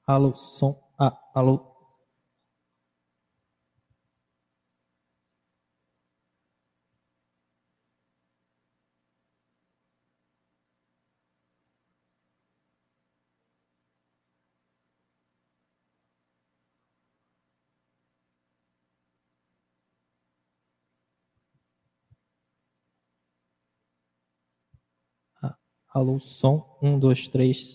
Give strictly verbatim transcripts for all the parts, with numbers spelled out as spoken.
Alô, som. Ah, alô. Ah, alô, som. Um, dois, três.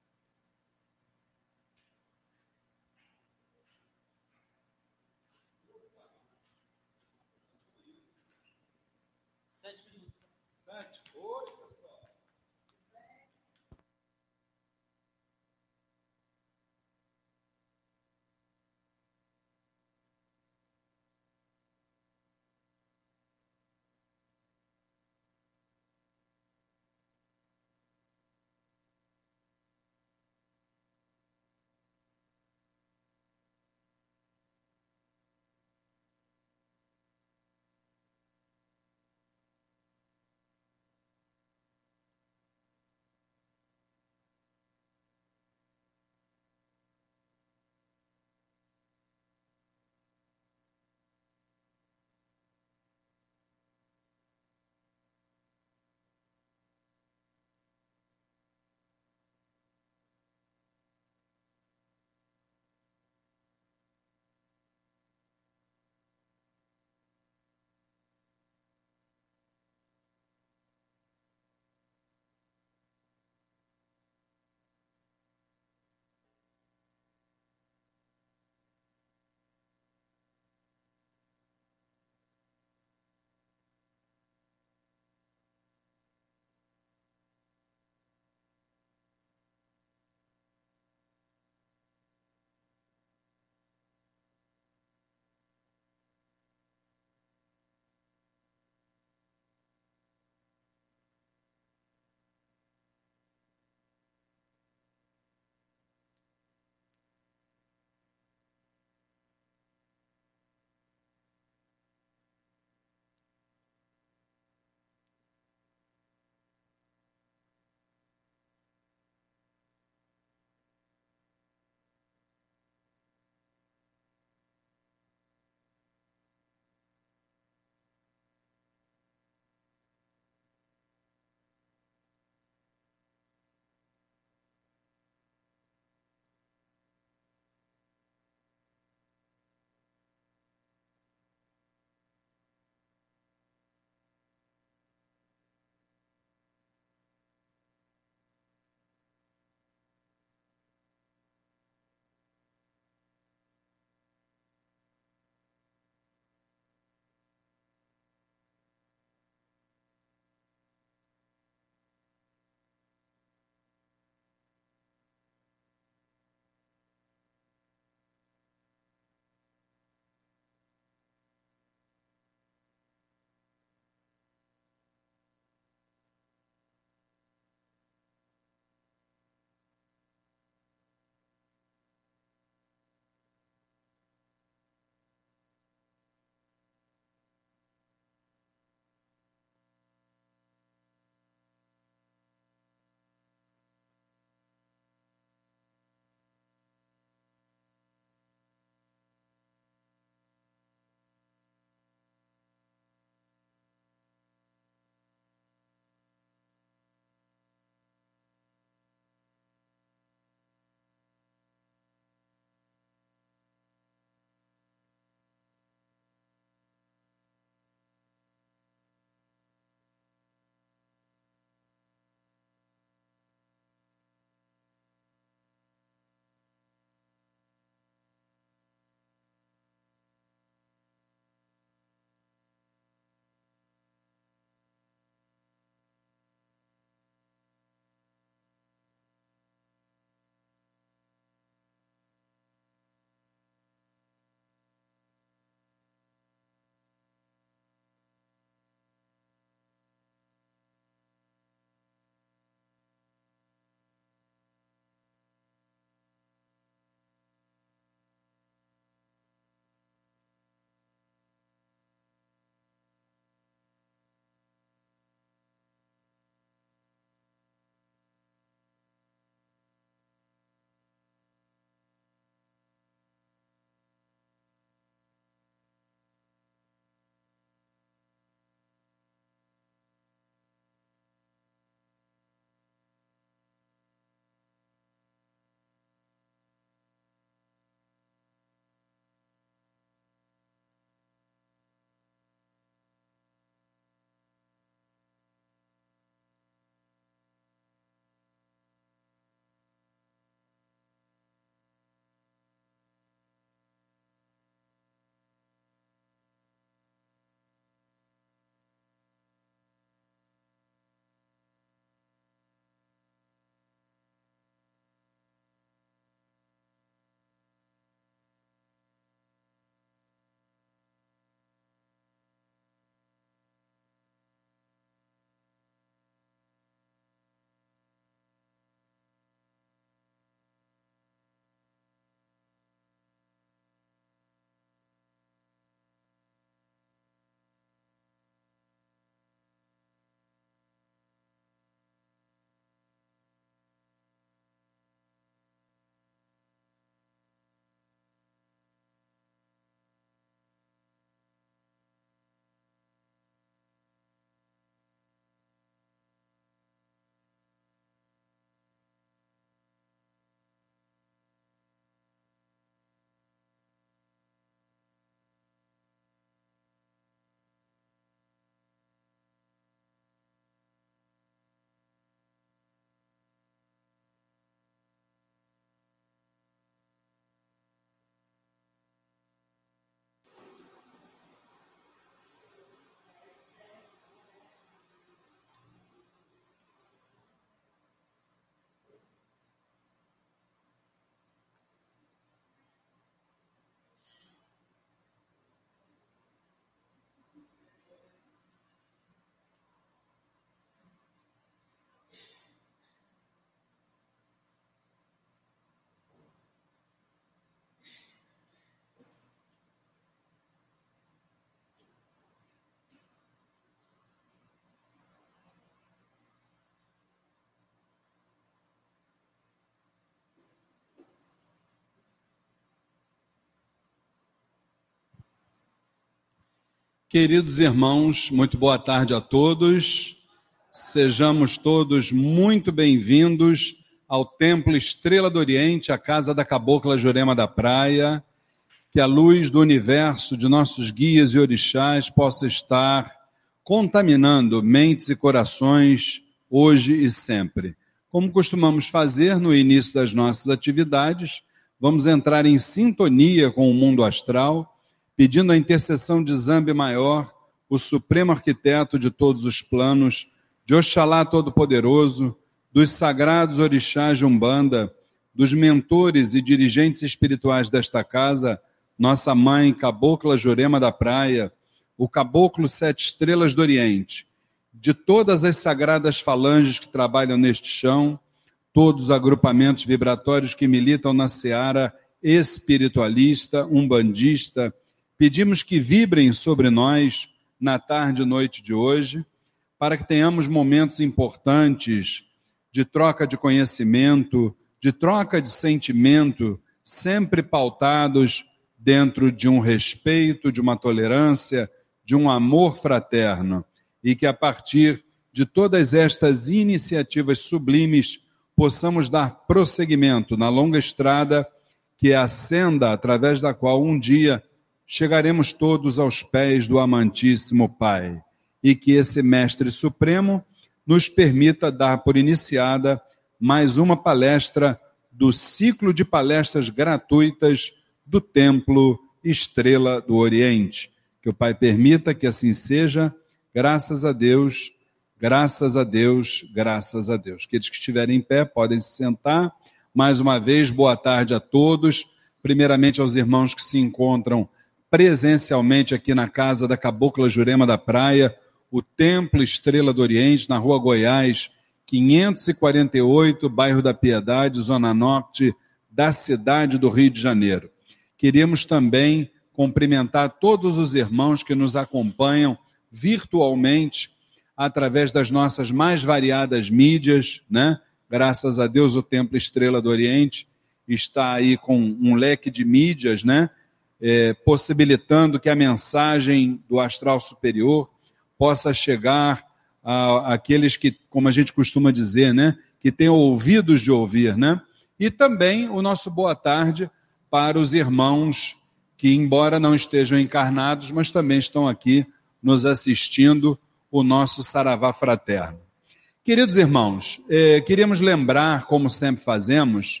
Queridos irmãos, muito boa tarde a todos. Sejamos todos muito bem-vindos ao Templo Estrela do Oriente, a casa da Cabocla Jurema da Praia. Que a luz do universo de nossos guias e orixás possa estar contaminando mentes e corações hoje e sempre. Como costumamos fazer no início das nossas atividades, vamos entrar em sintonia com o mundo astral, pedindo a intercessão de Zambi Maior, o supremo arquiteto de todos os planos, de Oxalá Todo-Poderoso, dos sagrados orixás de Umbanda, dos mentores e dirigentes espirituais desta casa, nossa mãe Cabocla Jurema da Praia, o Caboclo Sete Estrelas do Oriente, de todas as sagradas falanges que trabalham neste chão, todos os agrupamentos vibratórios que militam na seara espiritualista, umbandista, pedimos que vibrem sobre nós na tarde e noite de hoje, para que tenhamos momentos importantes de troca de conhecimento, de troca de sentimento, sempre pautados dentro de um respeito, de uma tolerância, de um amor fraterno, e que a partir de todas estas iniciativas sublimes possamos dar prosseguimento na longa estrada que é a senda através da qual um dia chegaremos todos aos pés do amantíssimo Pai, e que esse Mestre Supremo nos permita dar por iniciada mais uma palestra do ciclo de palestras gratuitas do Templo Estrela do Oriente. Que o Pai permita que assim seja, graças a Deus, graças a Deus, graças a Deus. Aqueles que estiverem em pé podem se sentar. Mais uma vez, boa tarde a todos. Primeiramente aos irmãos que se encontram presencialmente aqui na casa da Cabocla Jurema da Praia, o Templo Estrela do Oriente, na Rua Goiás, quinhentos e quarenta e oito, bairro da Piedade, Zona Norte da cidade do Rio de Janeiro. Queríamos também cumprimentar todos os irmãos que nos acompanham virtualmente através das nossas mais variadas mídias, né? Graças a Deus o Templo Estrela do Oriente está aí com um leque de mídias, né? É, possibilitando que a mensagem do astral superior possa chegar a, àqueles que, como a gente costuma dizer, né? Que têm ouvidos de ouvir, né? E também o nosso boa tarde para os irmãos que, embora não estejam encarnados, mas também estão aqui nos assistindo o nosso Saravá Fraterno. Queridos irmãos, eh, queríamos lembrar, como sempre fazemos,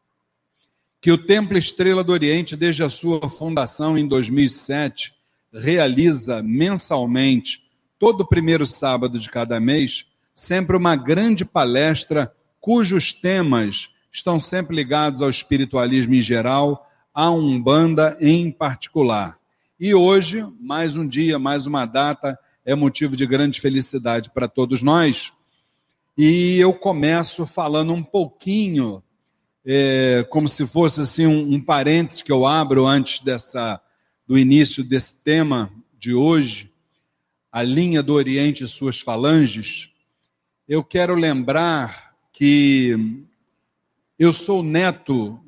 que o Templo Estrela do Oriente, desde a sua fundação em dois mil e sete, realiza mensalmente, todo primeiro sábado de cada mês, sempre uma grande palestra cujos temas estão sempre ligados ao espiritualismo em geral, à Umbanda em particular. E hoje, mais um dia, mais uma data, é motivo de grande felicidade para todos nós. E eu começo falando um pouquinho, é, como se fosse assim, um, um parênteses que eu abro antes dessa, do início desse tema de hoje, a linha do Oriente e suas falanges. Eu quero lembrar que eu sou neto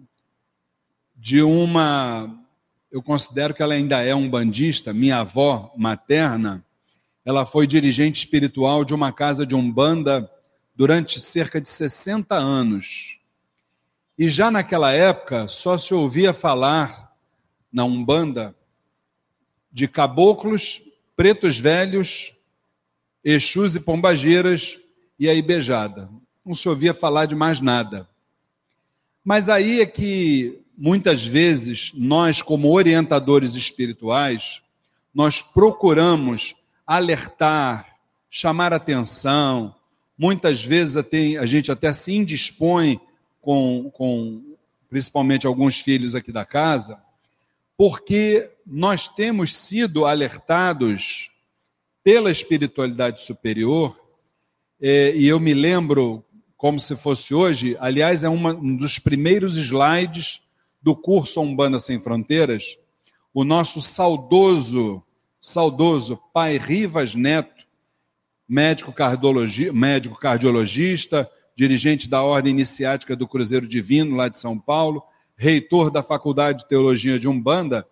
de uma, eu considero que ela ainda é umbandista, minha avó materna, ela foi dirigente espiritual de uma casa de Umbanda durante cerca de sessenta anos. E já naquela época só se ouvia falar na Umbanda de caboclos, pretos velhos, exus e pombageiras e a Ibejada. Não se ouvia falar de mais nada. Mas aí é que, muitas vezes, nós, como orientadores espirituais, nós procuramos alertar, chamar atenção. Muitas vezes até, a gente até se indispõe com, com, principalmente alguns filhos aqui da casa, porque nós temos sido alertados pela espiritualidade superior, é, e eu me lembro como se fosse hoje, aliás, é uma, um dos primeiros slides do curso Umbanda Sem Fronteiras, o nosso saudoso, saudoso pai Rivas Neto, médico, cardiologi, médico cardiologista, dirigente da Ordem Iniciática do Cruzeiro Divino, lá de São Paulo, reitor da Faculdade de Teologia de Umbanda,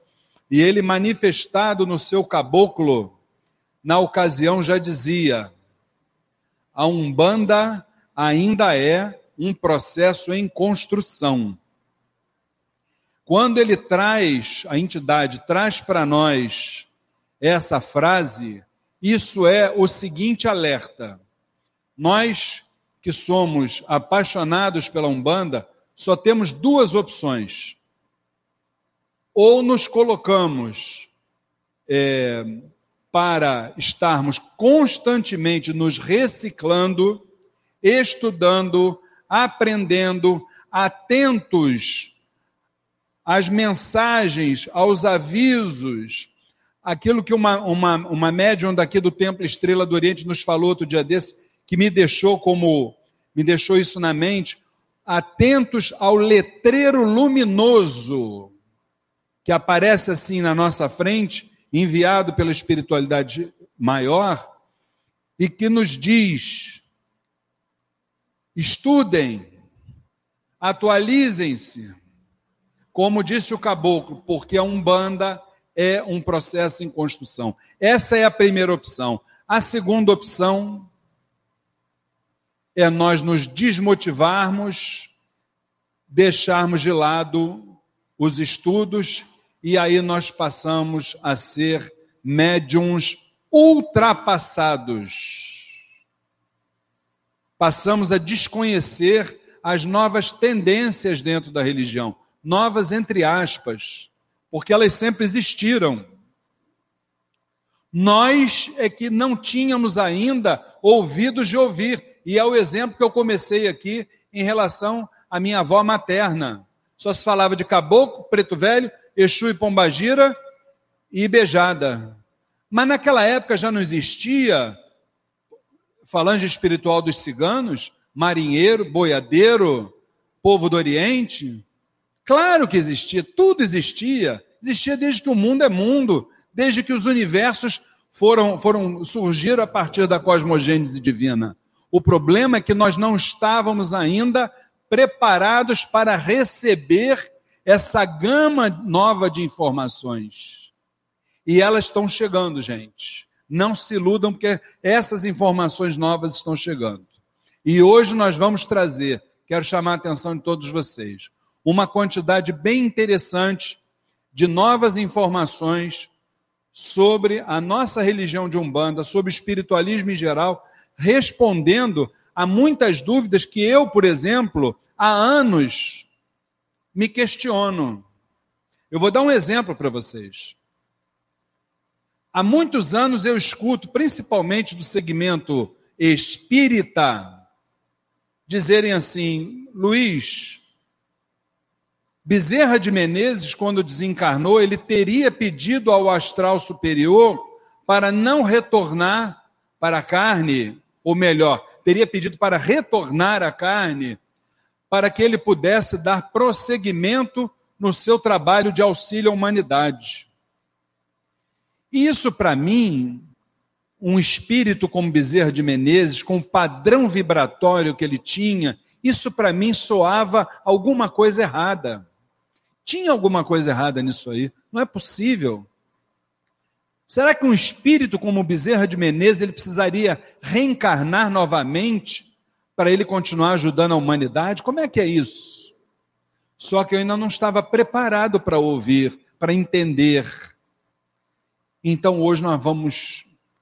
E ele, manifestado no seu caboclo, na ocasião já dizia: a Umbanda ainda é um processo em construção. Quando ele traz, a entidade traz para nós essa frase, isso é o seguinte alerta: nós que somos apaixonados pela Umbanda, só temos duas opções. Ou nos colocamos é, para estarmos constantemente nos reciclando, estudando, aprendendo, atentos às mensagens, aos avisos, aquilo que uma, uma, uma médium daqui do Templo Estrela do Oriente nos falou outro dia desse, que me deixou como, me deixou isso na mente, atentos ao letreiro luminoso que aparece assim na nossa frente, enviado pela espiritualidade maior, e que nos diz: estudem, atualizem-se, como disse o caboclo, porque a Umbanda é um processo em construção. Essa é a primeira opção. A segunda opção é nós nos desmotivarmos, deixarmos de lado os estudos, e aí nós passamos a ser médiuns ultrapassados. Passamos a desconhecer as novas tendências dentro da religião. Novas entre aspas, porque elas sempre existiram. Nós é que não tínhamos ainda ouvidos de ouvir. E é o exemplo que eu comecei aqui em relação à minha avó materna. Só se falava de caboclo, preto velho, Exu e Pombagira e beijada. Mas naquela época já não existia falange espiritual dos ciganos, marinheiro, boiadeiro, povo do Oriente. Claro que existia, tudo existia. Existia desde que o mundo é mundo, desde que os universos foram, foram surgiram a partir da cosmogênese divina. O problema é que nós não estávamos ainda preparados para receber essa gama nova de informações. E elas estão chegando, gente. Não se iludam, porque essas informações novas estão chegando. E hoje nós vamos trazer, quero chamar a atenção de todos vocês, uma quantidade bem interessante de novas informações sobre a nossa religião de Umbanda, sobre o espiritualismo em geral, respondendo a muitas dúvidas que eu, por exemplo, há anos me questiono. Eu vou dar um exemplo para vocês. Há muitos anos eu escuto, principalmente do segmento espírita, dizerem assim: Luiz, Bezerra de Menezes, quando desencarnou, ele teria pedido ao astral superior para não retornar para a carne, ou melhor, teria pedido para retornar à carne, para que ele pudesse dar prosseguimento no seu trabalho de auxílio à humanidade. Isso, para mim, um espírito como Bezerra de Menezes, com o padrão vibratório que ele tinha, isso para mim soava alguma coisa errada. Tinha alguma coisa errada nisso aí. Não é possível. Será que um espírito como Bezerra de Menezes, ele precisaria reencarnar novamente para ele continuar ajudando a humanidade? Como é que é isso? Só que eu ainda não estava preparado para ouvir, para entender. Então hoje nós vamos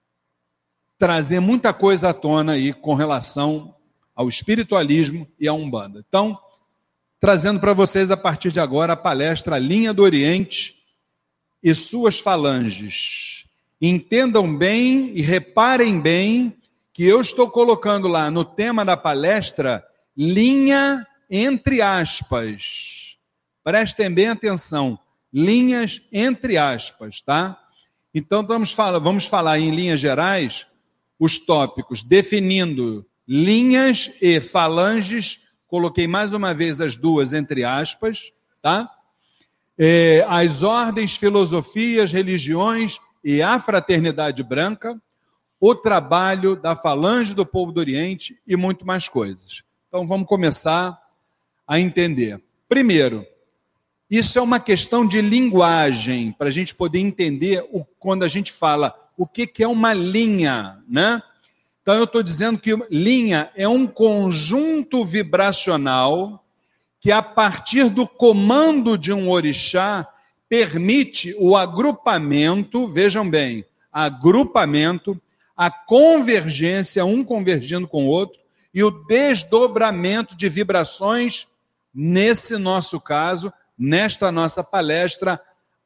trazer muita coisa à tona aí com relação ao espiritualismo e à Umbanda. Então, trazendo para vocês a partir de agora a palestra Linha do Oriente e suas falanges. Entendam bem e reparem bem que eu estou colocando lá no tema da palestra, linha entre aspas. Prestem bem atenção, linhas entre aspas, tá? Então vamos falar, vamos falar em linhas gerais os tópicos, definindo linhas e falanges, coloquei mais uma vez as duas entre aspas, tá? É, as ordens, filosofias, religiões e a fraternidade branca, o trabalho da falange do povo do Oriente e muito mais coisas. Então vamos começar a entender. Primeiro, Isso é uma questão de linguagem, para a gente poder entender o, quando a gente fala o que, que é uma linha, né? Então eu estou dizendo que linha é um conjunto vibracional que, a partir do comando de um orixá, permite o agrupamento, vejam bem, agrupamento, a convergência, um convergindo com o outro, e o desdobramento de vibrações, nesse nosso caso, nesta nossa palestra,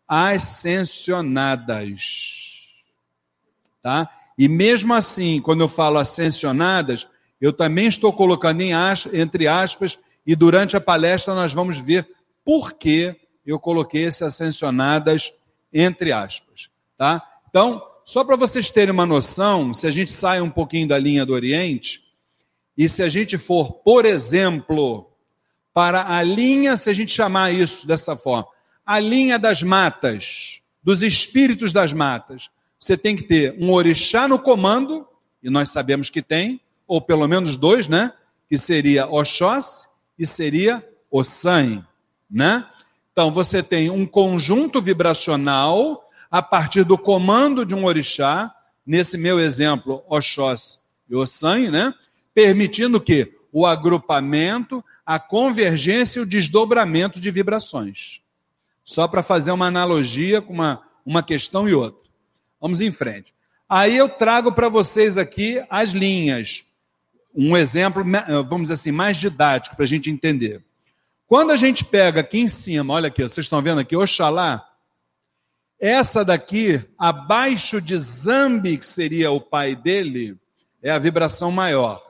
ascensionadas. Tá? E mesmo assim, quando eu falo ascensionadas, eu também estou colocando em aspas, entre aspas, e durante a palestra nós vamos ver por que eu coloquei esse ascensionadas entre aspas. Tá? Então, só para vocês terem uma noção, se a gente sai um pouquinho da linha do Oriente, e se a gente for, por exemplo, para a linha, se a gente chamar isso dessa forma, a linha das matas, dos espíritos das matas, você tem que ter um orixá no comando, e nós sabemos que tem, ou pelo menos dois, né? Que seria Oxóssi e seria Ossan, né? Então, você tem um conjunto vibracional a partir do comando de um orixá, nesse meu exemplo, Oxóssi e Ossan, né? Permitindo o quê? O agrupamento, a convergência e o desdobramento de vibrações. Só para fazer uma analogia com uma, uma questão e outra. Vamos em frente. Aí eu trago para vocês aqui as linhas. Um exemplo, vamos dizer assim, mais didático para a gente entender. Quando a gente pega aqui em cima, olha aqui, vocês estão vendo aqui, Oxalá, essa daqui, abaixo de Zambi, que seria o pai dele, é a vibração maior,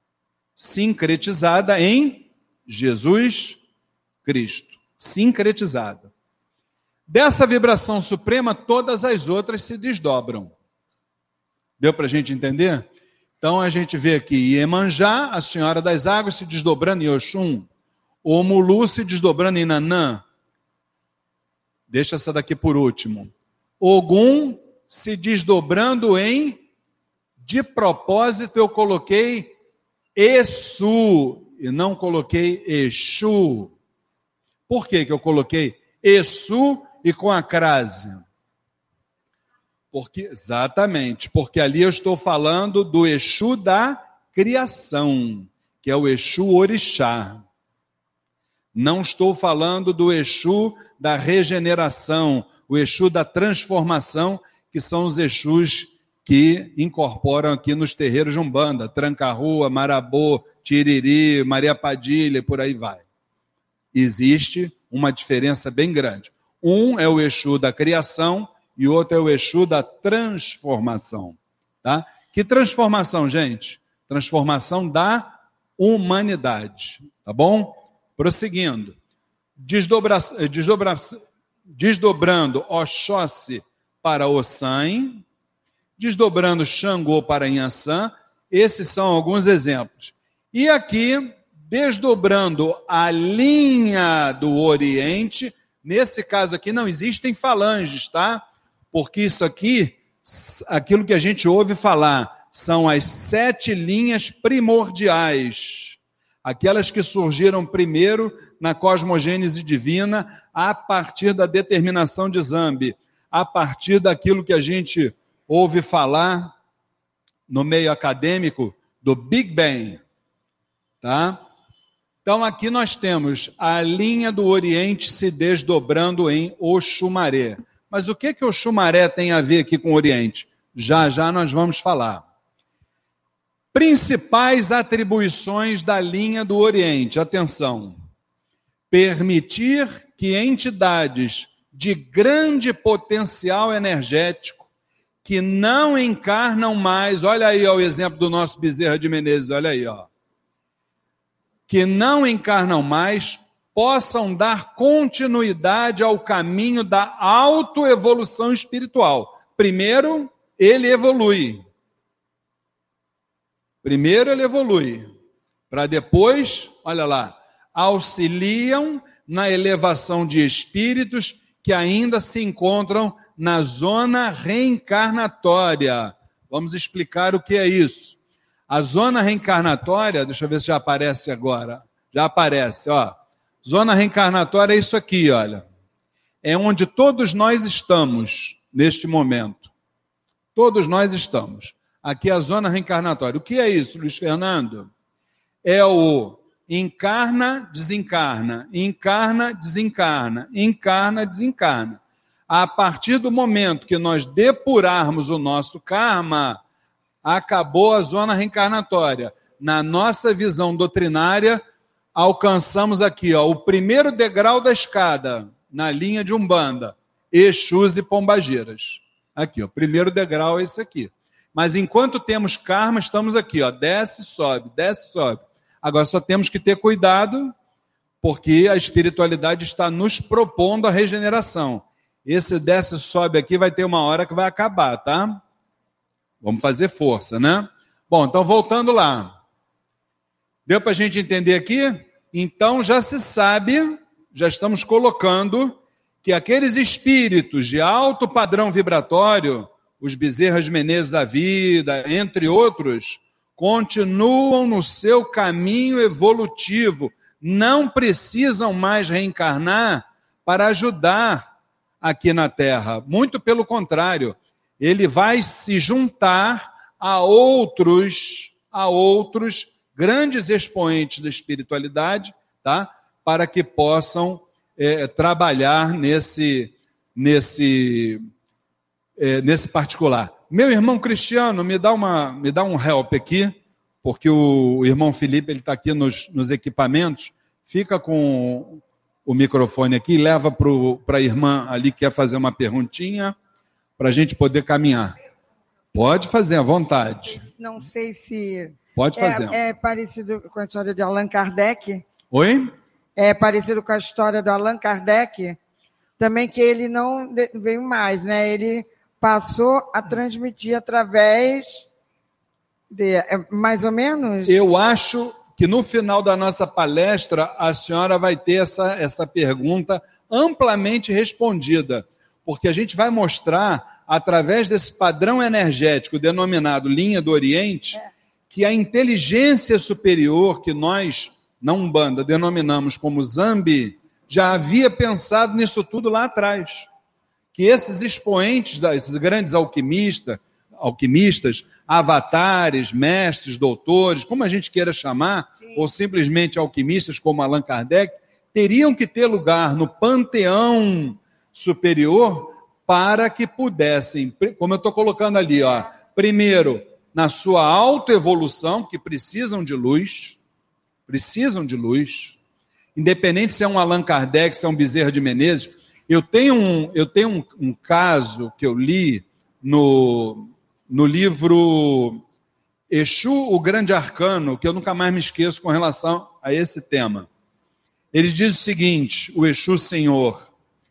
sincretizada em Jesus Cristo. Sincretizada. Dessa vibração suprema, todas as outras se desdobram. Deu para a gente entender? Então a gente vê aqui Iemanjá, a Senhora das Águas, se desdobrando em Oxum. Omulu se desdobrando em Nanã. Deixa essa daqui por último. Ogum se desdobrando em, de propósito eu coloquei Exu, e não coloquei Exu. Por que que eu coloquei Exu e com a crase? Porque, exatamente, porque ali eu estou falando do Exu da criação, que é o Exu Orixá. Não estou falando do Exu da regeneração, o Exu da transformação, que são os Exus que incorporam aqui nos terreiros de Umbanda, Tranca-Rua, Marabô, Tiriri, Maria Padilha e por aí vai. Existe uma diferença bem grande. Um é o Exu da criação e o outro é o Exu da transformação. Tá? Que transformação, gente? Transformação da humanidade. Tá bom? Prosseguindo. Desdobra, desdobra, desdobrando Oxóssi para Ossan, desdobrando Xangô para Inhaçã, esses são alguns exemplos. E aqui, desdobrando a linha do Oriente, nesse caso aqui não existem falanges, tá? Porque isso aqui, aquilo que a gente ouve falar, são as sete linhas primordiais, aquelas que surgiram primeiro na cosmogênese divina, a partir da determinação de Zambi, a partir daquilo que a gente ouve falar no meio acadêmico do Big Bang, tá? Então aqui nós temos a linha do Oriente se desdobrando em Oxumaré. Mas o que que Oxumaré tem a ver aqui com o Oriente? Já já nós vamos falar. Principais atribuições da linha do Oriente. Atenção. Permitir que entidades de grande potencial energético que não encarnam mais, olha aí ó, o exemplo do nosso Bezerra de Menezes, olha aí, ó, que não encarnam mais, possam dar continuidade ao caminho da autoevolução espiritual. Primeiro, ele evolui. Primeiro ele evolui, para depois, olha lá, auxiliam na elevação de espíritos que ainda se encontram na zona reencarnatória. Vamos explicar o que é isso. A zona reencarnatória, deixa eu ver se já aparece agora. Já aparece, ó. Zona reencarnatória é isso aqui, olha. É onde todos nós estamos neste momento. Todos nós estamos. Aqui é a zona reencarnatória. O que é isso, Luiz Fernando? É o encarna, desencarna, encarna, desencarna, encarna, desencarna. A partir do momento que nós depurarmos o nosso karma, acabou a zona reencarnatória. Na nossa visão doutrinária, alcançamos aqui, ó, o primeiro degrau da escada, na linha de Umbanda, Exus e Pombagiras. Aqui, ó, primeiro degrau é esse aqui. Mas enquanto temos karma, estamos aqui, ó, desce, sobe, desce, sobe. Agora só temos que ter cuidado, porque a espiritualidade está nos propondo a regeneração. Esse desce, sobe aqui vai ter uma hora que vai acabar, tá? Vamos fazer força, né? Bom, então voltando lá. Deu para a gente entender aqui? Então já se sabe, já estamos colocando que aqueles espíritos de alto padrão vibratório, os Bezerras de Menezes da vida, entre outros, continuam no seu caminho evolutivo, não precisam mais reencarnar para ajudar aqui na Terra. Muito pelo contrário, ele vai se juntar a outros, a outros grandes expoentes da espiritualidade, tá? Para que possam é, trabalhar nesse, nesse, é, nesse particular. Meu irmão Cristiano, me dá, uma, me dá um help aqui, porque o irmão Felipe está aqui nos, nos equipamentos. Fica com o microfone aqui, leva para a irmã ali que quer fazer uma perguntinha, para a gente poder caminhar. Pode fazer à vontade. Não sei se... Pode fazer. É, é parecido com a história de Allan Kardec. Oi? É parecido com a história do Allan Kardec, também que ele não veio mais, né? Ele passou a transmitir através de... É, mais ou menos? Eu acho que no final da nossa palestra a senhora vai ter essa, essa pergunta amplamente respondida, porque a gente vai mostrar, através desse padrão energético denominado linha do Oriente, é. que a inteligência superior, que nós, na Umbanda, denominamos como Zambi, já havia pensado nisso tudo lá atrás. Que esses expoentes, esses grandes alquimistas, alquimistas, avatares, mestres, doutores, como a gente queira chamar, Sim. ou simplesmente alquimistas como Allan Kardec, teriam que ter lugar no panteão superior para que pudessem, como eu estou colocando ali, ó, primeiro, na sua autoevolução, que precisam de luz, precisam de luz, independente se é um Allan Kardec, se é um Bezerra de Menezes. Eu tenho um, eu tenho um, um caso que eu li no, no livro Exu, o Grande Arcano, que eu nunca mais me esqueço com relação a esse tema. Ele diz o seguinte, o Exu Senhor: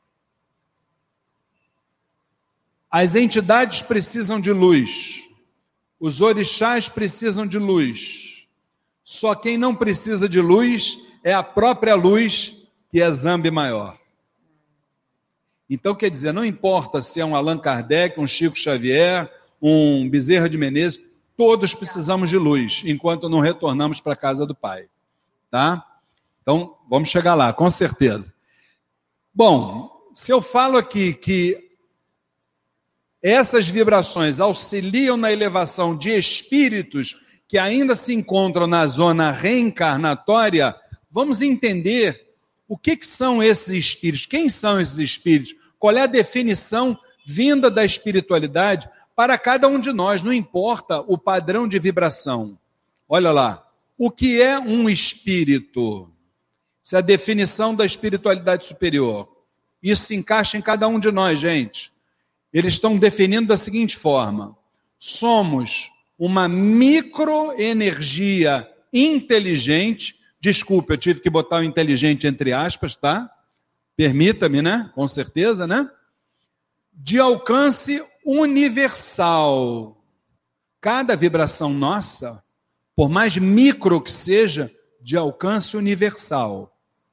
as entidades precisam de luz, os orixás precisam de luz, só quem não precisa de luz é a própria luz, que é Zambi maior. Então, quer dizer, não importa se é um Allan Kardec, um Chico Xavier, um Bezerra de Menezes, todos precisamos de luz, enquanto não retornamos para a casa do Pai. Tá? Então, vamos chegar lá, com certeza. Bom, se eu falo aqui que essas vibrações auxiliam na elevação de espíritos que ainda se encontram na zona reencarnatória, vamos entender o que, que são esses espíritos, quem são esses espíritos, qual é a definição vinda da espiritualidade para cada um de nós, não importa o padrão de vibração. Olha lá, o que é um espírito? Isso é a definição da espiritualidade superior. Isso se encaixa em cada um de nós, gente. Eles estão definindo da seguinte forma: somos uma microenergia inteligente. Desculpa, eu tive que botar o inteligente entre aspas, tá? Permita-me, né? Com certeza, né? De alcance universal. Cada vibração nossa, por mais micro que seja, de alcance universal.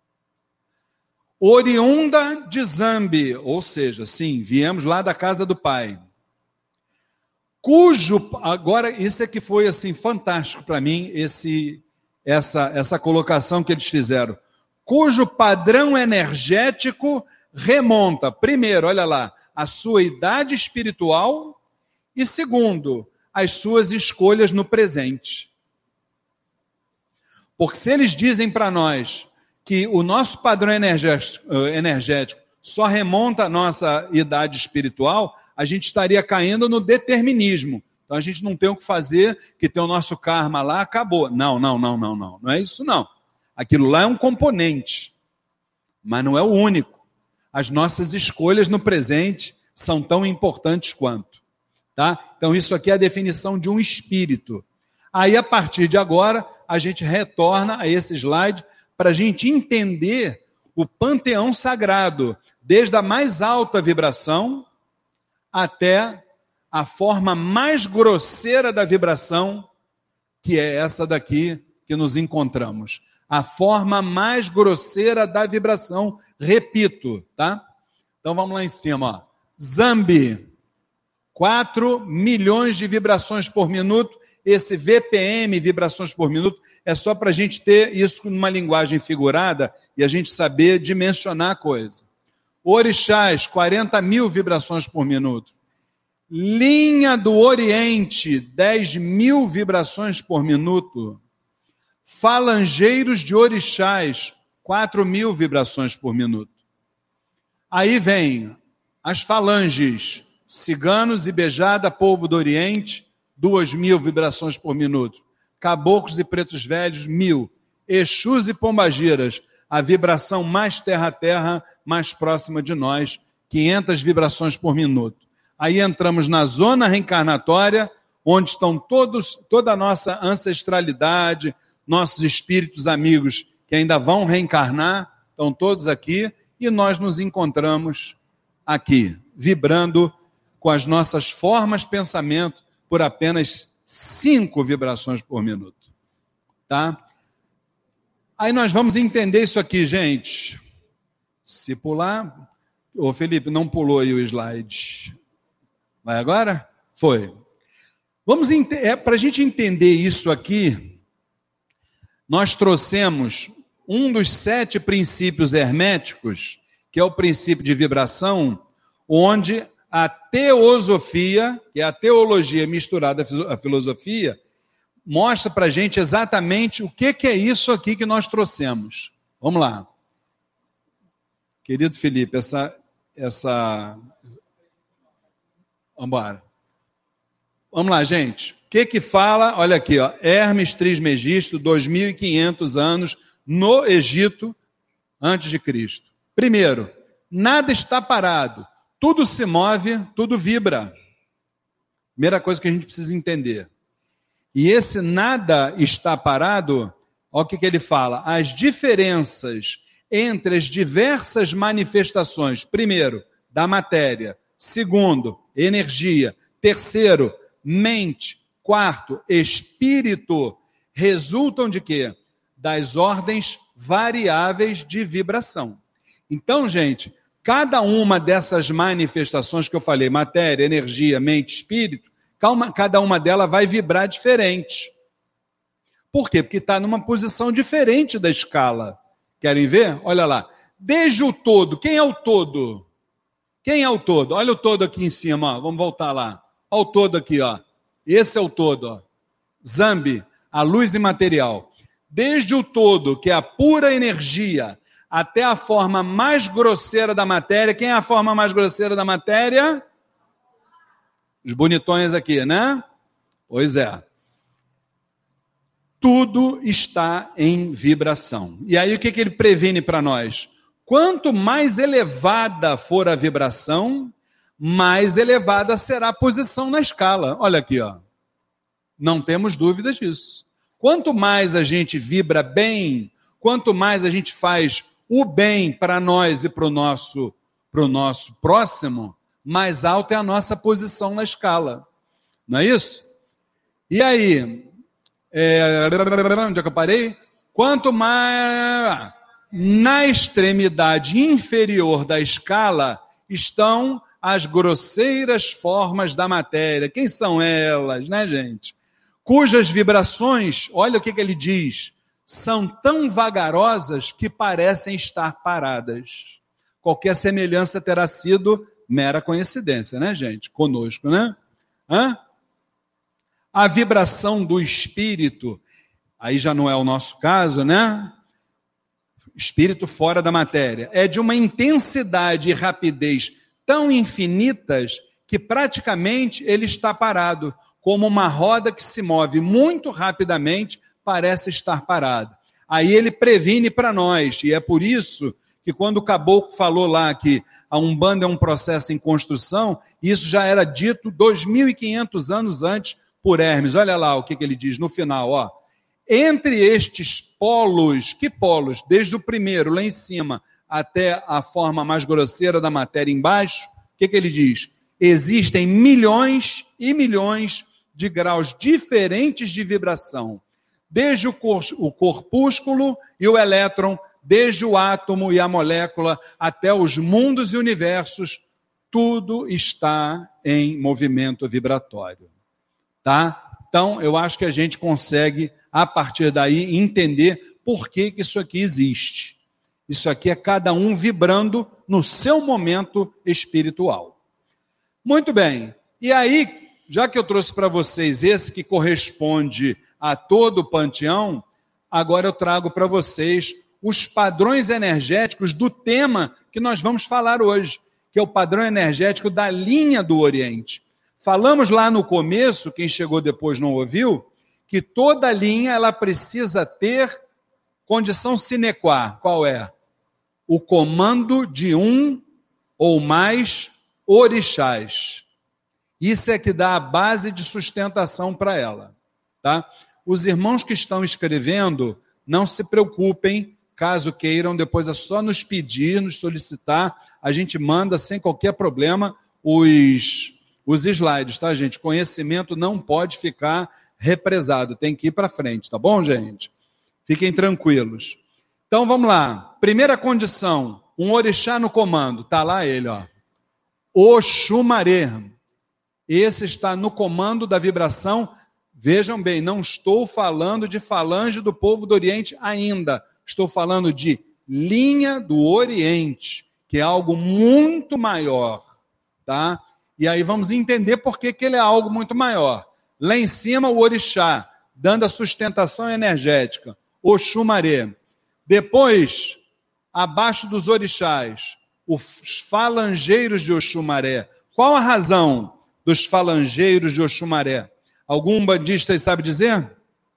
Oriunda de Zambi, ou seja, sim, viemos lá da casa do Pai. Cujo, agora, isso é que foi assim fantástico para mim, esse, essa, essa colocação que eles fizeram. cujo padrão energético remonta, primeiro, olha lá, a sua idade espiritual e, segundo, as suas escolhas no presente. Porque se eles dizem para nós que o nosso padrão energético, energético só remonta à nossa idade espiritual, a gente estaria caindo no determinismo. Então a gente não tem o que fazer, que tem o nosso karma lá, acabou. Não, não, não, não, não. Não é isso não. Aquilo lá é um componente, mas não é o único. As nossas escolhas no presente são tão importantes quanto. Tá? Então isso aqui é a definição de um espírito. Aí a partir de agora, a gente retorna a esse slide para a gente entender o panteão sagrado, desde a mais alta vibração até a forma mais grosseira da vibração, que é essa daqui que nos encontramos. A forma mais grosseira da vibração, repito, tá? Então vamos lá em cima, ó. Zambi, quatro milhões de vibrações por minuto. Esse V P M, vibrações por minuto, é só para a gente ter isso numa linguagem figurada e a gente saber dimensionar a coisa. Orixás, quarenta mil vibrações por minuto. Linha do Oriente, dez mil vibrações por minuto. Falangeiros de Orixás, quatro mil vibrações por minuto. Aí vem as falanges, ciganos e beijada, povo do Oriente, duas mil vibrações por minuto. Caboclos e pretos velhos, mil. Exus e pombagiras, a vibração mais terra-terra, mais próxima de nós, quinhentas vibrações por minuto. Aí entramos na zona reencarnatória, onde estão todos, toda a nossa ancestralidade, nossos espíritos amigos que ainda vão reencarnar, estão todos aqui, e nós nos encontramos aqui, vibrando com as nossas formas de pensamento por apenas cinco vibrações por minuto. Tá? Aí nós vamos entender isso aqui, gente. Se pular... Ô, Felipe, não pulou aí o slide. Vai agora? Foi. Vamos ent... é, para a gente entender isso aqui, nós trouxemos um dos sete princípios herméticos, que é o princípio de vibração, onde a teosofia, que é a teologia misturada à filosofia, mostra para a gente exatamente o que, que é isso aqui que nós trouxemos. Vamos lá. Querido Felipe, essa... essa... Vamos embora. Vamos lá, gente. O que que fala? Olha aqui, ó. Hermes Trismegisto, dois mil e quinhentos anos no Egito, antes de Cristo. Primeiro, nada está parado. Tudo se move, tudo vibra. Primeira coisa que a gente precisa entender. E esse nada está parado, olha o que que ele fala. As diferenças entre as diversas manifestações, primeiro, da matéria, segundo, energia, terceiro, mente, quarto, espírito, resultam de quê? Das ordens variáveis de vibração. Então, gente, cada uma dessas manifestações que eu falei, matéria, energia, mente, espírito, cada uma delas vai vibrar diferente. Por quê? Porque está numa posição diferente da escala. Querem ver? Olha lá. Desde o todo, quem é o todo? Quem é o todo? Olha o todo aqui em cima, ó. Vamos voltar lá. Olha o todo aqui, ó. Esse é o todo, ó. Zambi, a luz imaterial. Desde o todo, que é a pura energia, até a forma mais grosseira da matéria. Quem é a forma mais grosseira da matéria? Os bonitões aqui, né? Pois é. Tudo está em vibração. E aí o que que ele previne para nós? Quanto mais elevada for a vibração, mais elevada será a posição na escala. Olha aqui, ó. Não temos dúvidas disso. Quanto mais a gente vibra bem, quanto mais a gente faz o bem para nós e para o nosso, pro nosso próximo, mais alta é a nossa posição na escala. Não é isso? E aí, é, onde é que eu parei? Quanto mais na extremidade inferior da escala estão as grosseiras formas da matéria. Quem são elas, né, gente? Cujas vibrações, olha o que, que ele diz, são tão vagarosas que parecem estar paradas. Qualquer semelhança terá sido mera coincidência, né, gente? Conosco, né? Hã? A vibração do espírito, aí já não é o nosso caso, né? Espírito fora da matéria, é de uma intensidade e rapidez tão infinitas que praticamente ele está parado, como uma roda que se move muito rapidamente, parece estar parada. Aí ele previne para nós, e é por isso que quando o caboclo falou lá que a Umbanda é um processo em construção, isso já era dito dois mil e quinhentos anos antes por Hermes. Olha lá o que, que ele diz no final, ó. Entre estes polos, que polos? Desde o primeiro, lá em cima, até a forma mais grosseira da matéria embaixo, o que, que ele diz? Existem milhões e milhões de graus diferentes de vibração. Desde o, cor, o corpúsculo e o elétron, desde o átomo e a molécula, até os mundos e universos, tudo está em movimento vibratório. Tá? Então, eu acho que a gente consegue, a partir daí, entender por que, que isso aqui existe. Isso aqui é cada um vibrando no seu momento espiritual. Muito bem. E aí, já que eu trouxe para vocês esse que corresponde a todo o panteão, agora eu trago para vocês os padrões energéticos do tema que nós vamos falar hoje, que é o padrão energético da linha do Oriente. Falamos lá no começo, quem chegou depois não ouviu, que toda linha ela precisa ter condição sine qua. Qual é? O comando de um ou mais orixás. Isso é que dá a base de sustentação para ela. Tá? Os irmãos que estão escrevendo, não se preocupem, caso queiram, depois é só nos pedir, nos solicitar, a gente manda sem qualquer problema os, os slides, tá, gente? Conhecimento não pode ficar represado, tem que ir para frente, tá bom, gente? Fiquem tranquilos. Então, vamos lá. Primeira condição, um orixá no comando, tá lá ele, ó. Oxumaré. Esse está no comando da vibração. Vejam bem, não estou falando de falange do povo do Oriente ainda. Estou falando de linha do Oriente, que é algo muito maior, tá? E aí vamos entender por que, que ele é algo muito maior. Lá em cima, o orixá, dando a sustentação energética, Oxumaré. Depois, abaixo dos orixás, os falangeiros de Oxumaré. Qual a razão dos falangeiros de Oxumaré? Algum umbandista sabe dizer?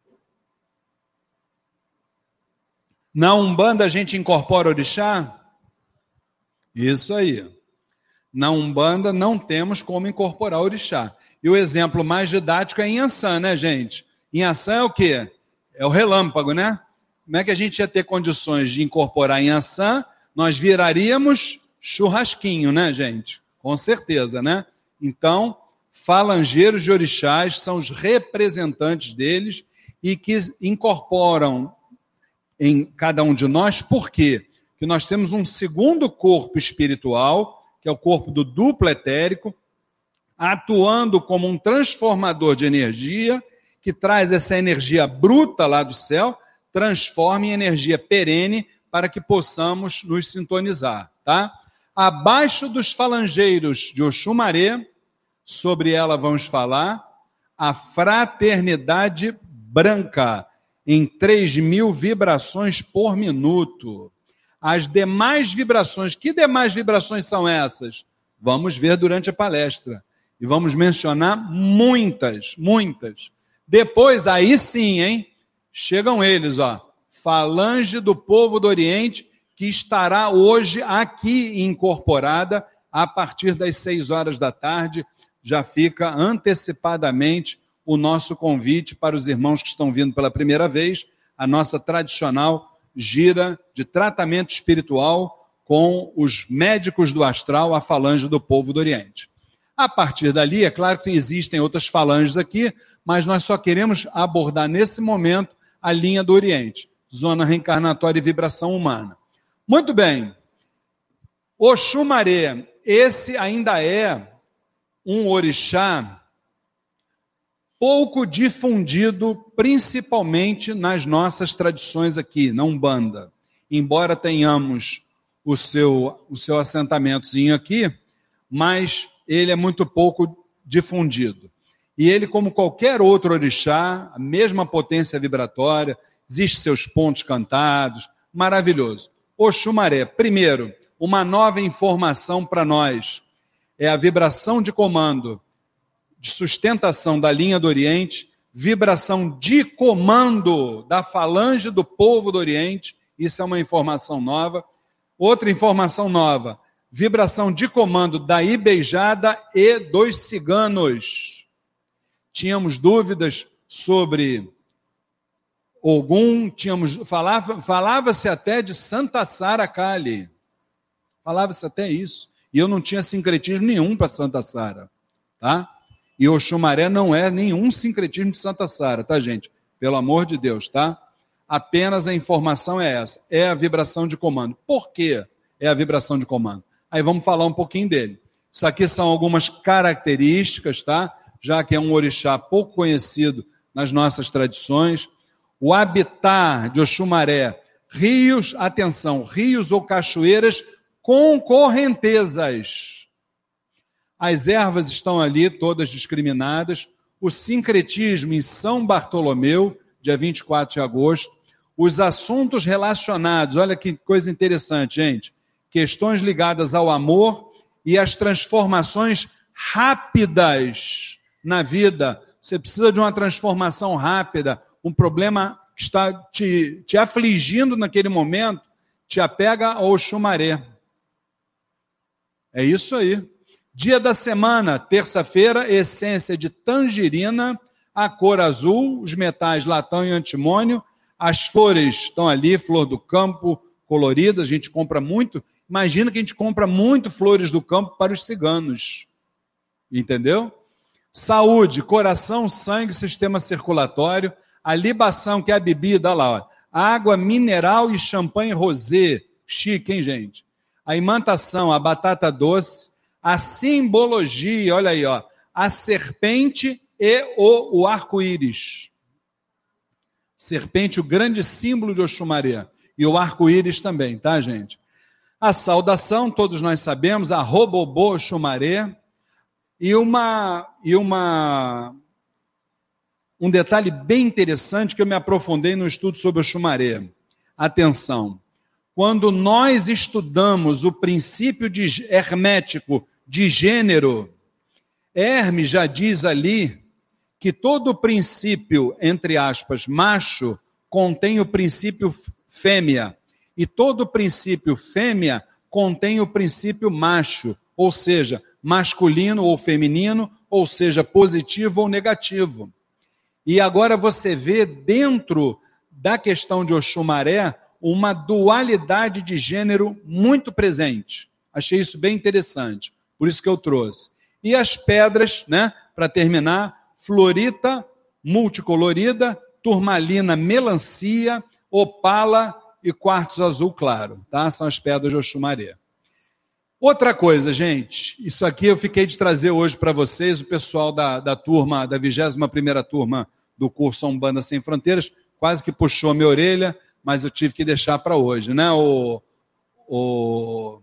Na Umbanda a gente incorpora orixá? Isso aí. Na Umbanda não temos como incorporar orixá. E o exemplo mais didático é Inhaçã, né, gente? Inhaçã é o quê? É o relâmpago, né? Como é que a gente ia ter condições de incorporar Inhaçã? Nós viraríamos churrasquinho, né, gente? Com certeza, né? Então, falangeiros de orixás são os representantes deles e que incorporam em cada um de nós. Por quê? Porque nós temos um segundo corpo espiritual, que é o corpo do duplo etérico, atuando como um transformador de energia, que traz essa energia bruta lá do céu, transforma em energia perene para que possamos nos sintonizar, tá? Abaixo dos falangeiros de Oxumaré, sobre ela vamos falar, a fraternidade branca, em três mil vibrações por minuto. As demais vibrações, que demais vibrações são essas? Vamos ver durante a palestra. E vamos mencionar muitas, muitas. Depois, aí sim, hein? Chegam eles, ó. Falange do povo do Oriente, que estará hoje aqui incorporada a partir das seis horas da tarde. Já fica antecipadamente o nosso convite para os irmãos que estão vindo pela primeira vez, a nossa tradicional gira de tratamento espiritual com os médicos do astral, a falange do povo do Oriente. A partir dali, é claro que existem outras falanges aqui, mas nós só queremos abordar nesse momento a linha do Oriente, zona reencarnatória e vibração humana. Muito bem. Oxumaré, esse ainda é um orixá pouco difundido, principalmente nas nossas tradições aqui, na Umbanda. Embora tenhamos o seu, o seu assentamentozinho aqui, mas ele é muito pouco difundido. E ele, como qualquer outro orixá, a mesma potência vibratória, existem seus pontos cantados, maravilhoso. Oxumaré, primeiro, uma nova informação para nós, é a vibração de comando, de sustentação da linha do Oriente, vibração de comando da falange do povo do Oriente, isso é uma informação nova. Outra informação nova, vibração de comando da Ibeijada e dos ciganos. Tínhamos dúvidas sobre Ogum, tínhamos, falava, falava-se até de Santa Sara Kali, falava-se até isso, e eu não tinha sincretismo nenhum para Santa Sara, tá? E Oxumaré não é nenhum sincretismo de Santa Sara, tá, gente? Pelo amor de Deus, tá? Apenas a informação é essa, é a vibração de comando. Por quê é a vibração de comando? Aí vamos falar um pouquinho dele. Isso aqui são algumas características, tá? Já que é um orixá pouco conhecido nas nossas tradições. O habitat de Oxumaré, rios, atenção, rios ou cachoeiras com correntezas. As ervas estão ali, todas discriminadas. O sincretismo em São Bartolomeu, dia vinte e quatro de agosto. Os assuntos relacionados, olha que coisa interessante, gente. Questões ligadas ao amor e às transformações rápidas na vida. Você precisa de uma transformação rápida. Um problema que está te, te afligindo naquele momento, te apega ao Oxumaré. É isso aí. Dia da semana, terça-feira, essência de tangerina, a cor azul, os metais latão e antimônio, as flores estão ali, flor do campo, colorida, a gente compra muito. Imagina que a gente compra muito flores do campo para os ciganos. Entendeu? Saúde, coração, sangue, sistema circulatório, a libação, que é a bebida, olha lá, ó, água mineral e champanhe rosé, chique, hein, gente? A imantação, a batata doce, a simbologia, olha aí, ó, a serpente e o, o arco-íris. Serpente, o grande símbolo de Oxumaré, e o arco-íris também, tá, gente? A saudação, todos nós sabemos, a robobô Oxumaré, e uma, e uma, um detalhe bem interessante que eu me aprofundei no estudo sobre Oxumaré. Atenção, quando nós estudamos o princípio de, hermético de gênero, Hermes já diz ali que todo princípio, entre aspas, macho, contém o princípio fêmea, e todo princípio fêmea contém o princípio macho, ou seja, masculino ou feminino, ou seja, positivo ou negativo. E agora você vê dentro da questão de Oxumaré uma dualidade de gênero muito presente. Achei isso bem interessante, por isso que eu trouxe. E as pedras, né, para terminar, fluorita multicolorida, turmalina melancia, opala e quartzo azul claro, tá? São as pedras de Oxumaré. Outra coisa, gente, isso aqui eu fiquei de trazer hoje para vocês, o pessoal da, da turma, da vigésima primeira turma do curso Umbanda Sem Fronteiras, quase que puxou a minha orelha, mas eu tive que deixar para hoje, né? O, o,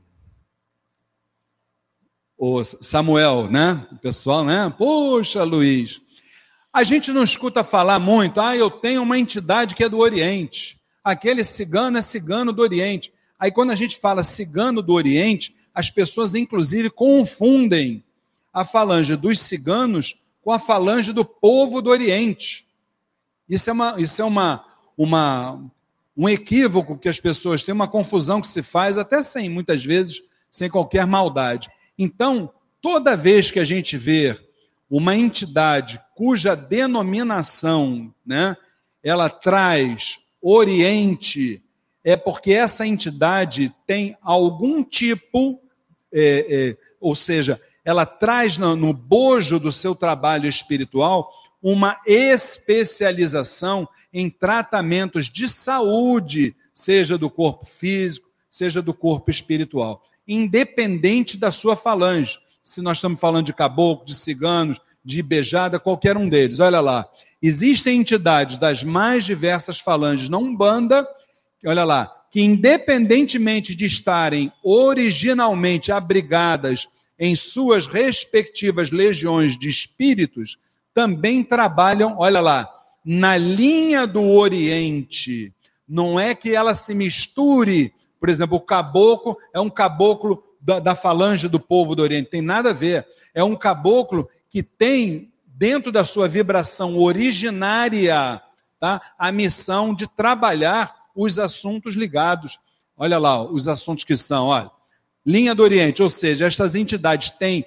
o Samuel, né? O pessoal, né? Poxa, Luiz, a gente não escuta falar muito, ah, eu tenho uma entidade que é do Oriente, aquele cigano é cigano do Oriente. Aí quando a gente fala cigano do Oriente, as pessoas inclusive confundem a falange dos ciganos com a falange do povo do Oriente. Isso é, uma, isso é uma, uma, um equívoco que as pessoas têm, uma confusão que se faz, até sem, muitas vezes, sem qualquer maldade. Então, toda vez que a gente vê uma entidade cuja denominação, né, ela traz Oriente, é porque essa entidade tem algum tipo, é, é, ou seja, ela traz no, no bojo do seu trabalho espiritual uma especialização em tratamentos de saúde, seja do corpo físico, seja do corpo espiritual, independente da sua falange. Se nós estamos falando de caboclo, de ciganos, de beijada, qualquer um deles. Olha lá, existem entidades das mais diversas falanges na Umbanda, olha lá, que independentemente de estarem originalmente abrigadas em suas respectivas legiões de espíritos, também trabalham, olha lá, na linha do Oriente. Não é que ela se misture, por exemplo, o caboclo é um caboclo da, da falange do povo do Oriente, tem nada a ver. É um caboclo que tem, dentro da sua vibração originária, tá, a missão de trabalhar os assuntos ligados. Olha lá, os assuntos que são, olha, linha do Oriente, ou seja, estas entidades têm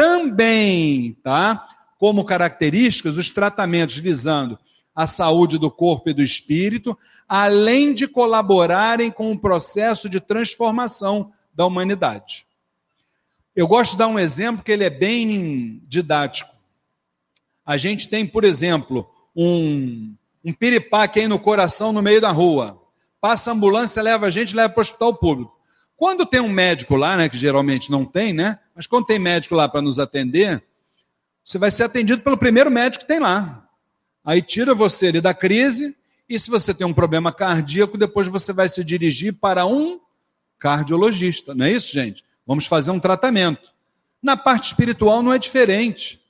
também, tá, como características os tratamentos visando a saúde do corpo e do espírito, além de colaborarem com o processo de transformação da humanidade. Eu gosto de dar um exemplo que ele é bem didático. A gente tem, por exemplo, um, um piripaque aí no coração, no meio da rua. Passa a ambulância, leva a gente, leva para o hospital público. Quando tem um médico lá, né, que geralmente não tem, né, mas quando tem médico lá para nos atender, você vai ser atendido pelo primeiro médico que tem lá. Aí tira você ali da crise, e se você tem um problema cardíaco, depois você vai se dirigir para um cardiologista. Não é isso, gente? Vamos fazer um tratamento. Na parte espiritual não é diferente.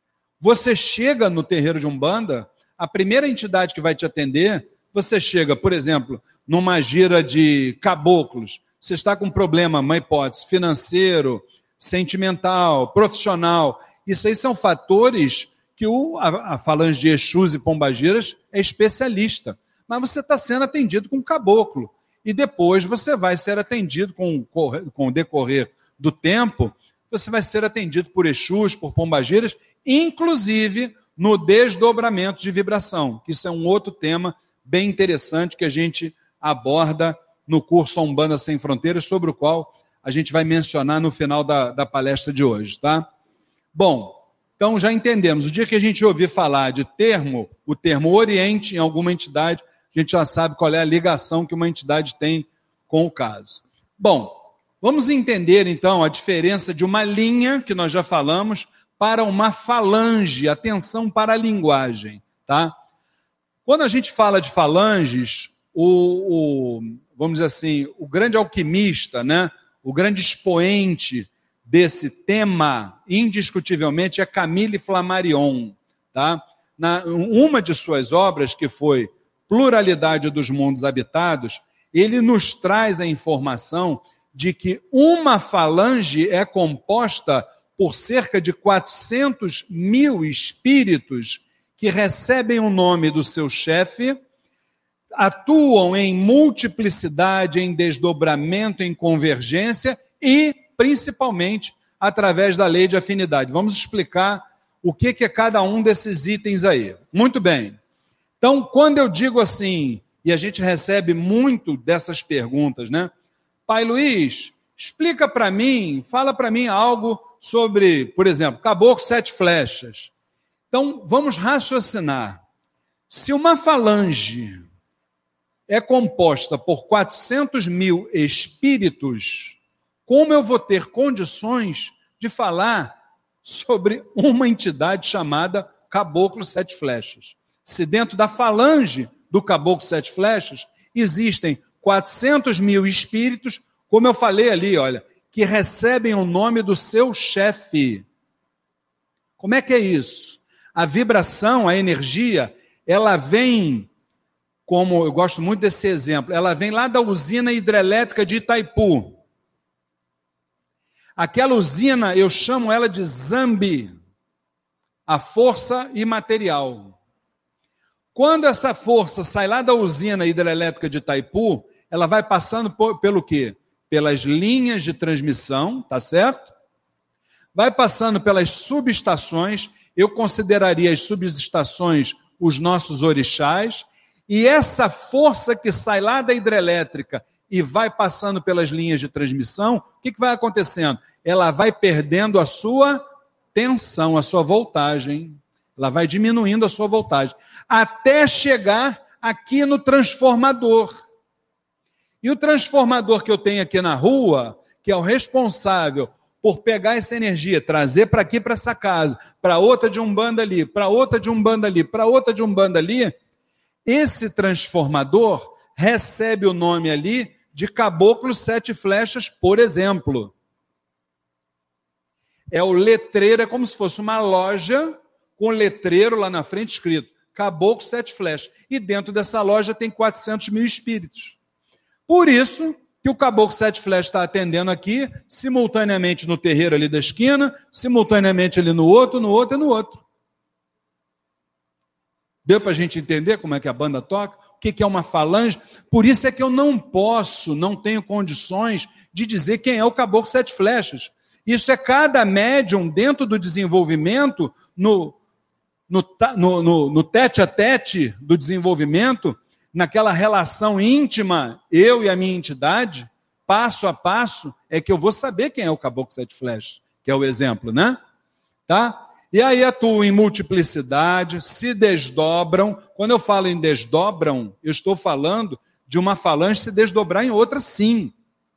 Você chega no terreiro de Umbanda, a primeira entidade que vai te atender, você chega, por exemplo, numa gira de caboclos, você está com um problema, uma hipótese, financeiro, sentimental, profissional. Isso aí são fatores que o, a, a falange de Exus e Pombagiras é especialista. Mas você está sendo atendido com caboclo. E depois você vai ser atendido com, com o decorrer do tempo, você vai ser atendido por Exus, por Pombagiras, inclusive no desdobramento de vibração. Isso é um outro tema bem interessante que a gente aborda no curso Umbanda Sem Fronteiras, sobre o qual a gente vai mencionar no final da, da palestra de hoje, tá? Bom, então já entendemos. O dia que a gente ouvir falar de termo, o termo Oriente em alguma entidade, a gente já sabe qual é a ligação que uma entidade tem com o caso. Bom, vamos entender então a diferença de uma linha, que nós já falamos, para uma falange. Atenção para a linguagem, tá? Quando a gente fala de falanges, o, o, vamos dizer assim, o grande alquimista, né, o grande expoente desse tema, indiscutivelmente, é Camille Flammarion. Tá? Na, uma de suas obras, que foi Pluralidade dos Mundos Habitados, ele nos traz a informação de que uma falange é composta por cerca de quatrocentos mil espíritos que recebem o nome do seu chefe, atuam em multiplicidade, em desdobramento, em convergência e, principalmente, através da lei de afinidade. Vamos explicar o que é cada um desses itens aí. Muito bem. Então, quando eu digo assim, e a gente recebe muito dessas perguntas, né? Pai Luiz, explica para mim, fala para mim algo sobre, por exemplo, caboclo sete flechas. Então, vamos raciocinar. Se uma falange é composta por quatrocentos mil espíritos, como eu vou ter condições de falar sobre uma entidade chamada Caboclo Sete Flechas? Se dentro da falange do Caboclo Sete Flechas existem quatrocentos mil espíritos, como eu falei ali, olha, que recebem o nome do seu chefe. Como é que é isso? A vibração, a energia, ela vem, como eu gosto muito desse exemplo, ela vem lá da usina hidrelétrica de Itaipu. Aquela usina, eu chamo ela de Zambi, a força imaterial. Quando essa força sai lá da usina hidrelétrica de Itaipu, ela vai passando por, pelo quê? Pelas linhas de transmissão, tá certo? Vai passando pelas subestações, eu consideraria as subestações os nossos orixás, e essa força que sai lá da hidrelétrica e vai passando pelas linhas de transmissão, o que, que vai acontecendo? Ela vai perdendo a sua tensão, a sua voltagem. Ela vai diminuindo a sua voltagem, até chegar aqui no transformador. E o transformador que eu tenho aqui na rua, que é o responsável por pegar essa energia, trazer para aqui, para essa casa, para outra de Umbanda ali, para outra de Umbanda ali, para outra de Umbanda ali, esse transformador recebe o nome ali de Caboclo Sete Flechas, por exemplo. É o letreiro, é como se fosse uma loja com letreiro lá na frente escrito Caboclo Sete Flechas. E dentro dessa loja tem quatrocentos mil espíritos. Por isso que o Caboclo Sete Flechas está atendendo aqui, simultaneamente no terreiro ali da esquina, simultaneamente ali no outro, no outro e no outro. Deu para a gente entender como é que a banda toca? O que é uma falange? Por isso é que eu não posso, não tenho condições de dizer quem é o Caboclo Sete Flechas. Isso é cada médium dentro do desenvolvimento, no, no, no, no, no tete a tete do desenvolvimento, naquela relação íntima, eu e a minha entidade, passo a passo, é que eu vou saber quem é o Caboclo Sete Flechas, que é o exemplo, né? Tá? E aí atuam em multiplicidade, se desdobram. Quando eu falo em desdobram, eu estou falando de uma falange se desdobrar em outra, sim.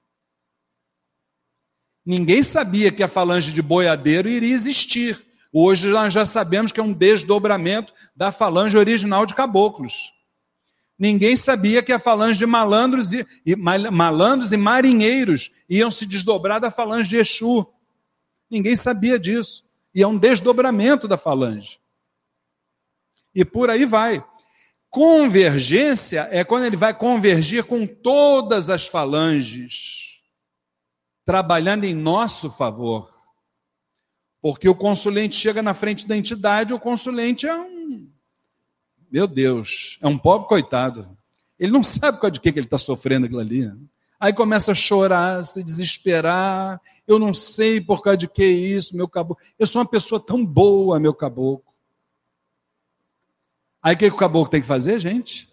Ninguém sabia que a falange de boiadeiro iria existir. Hoje nós já sabemos que é um desdobramento da falange original de caboclos. Ninguém sabia que a falange de malandros e, e, malandros e marinheiros iam se desdobrar da falange de Exu. Ninguém sabia disso. E é um desdobramento da falange. E por aí vai. Convergência é quando ele vai convergir com todas as falanges, trabalhando em nosso favor. Porque o consulente chega na frente da entidade, o consulente é um... Meu Deus, é um pobre coitado. Ele não sabe por causa de que ele está sofrendo aquilo ali. Aí começa a chorar, se desesperar. Eu não sei por causa de que isso, meu caboclo. Eu sou uma pessoa tão boa, meu caboclo. Aí o que o caboclo tem que fazer, gente?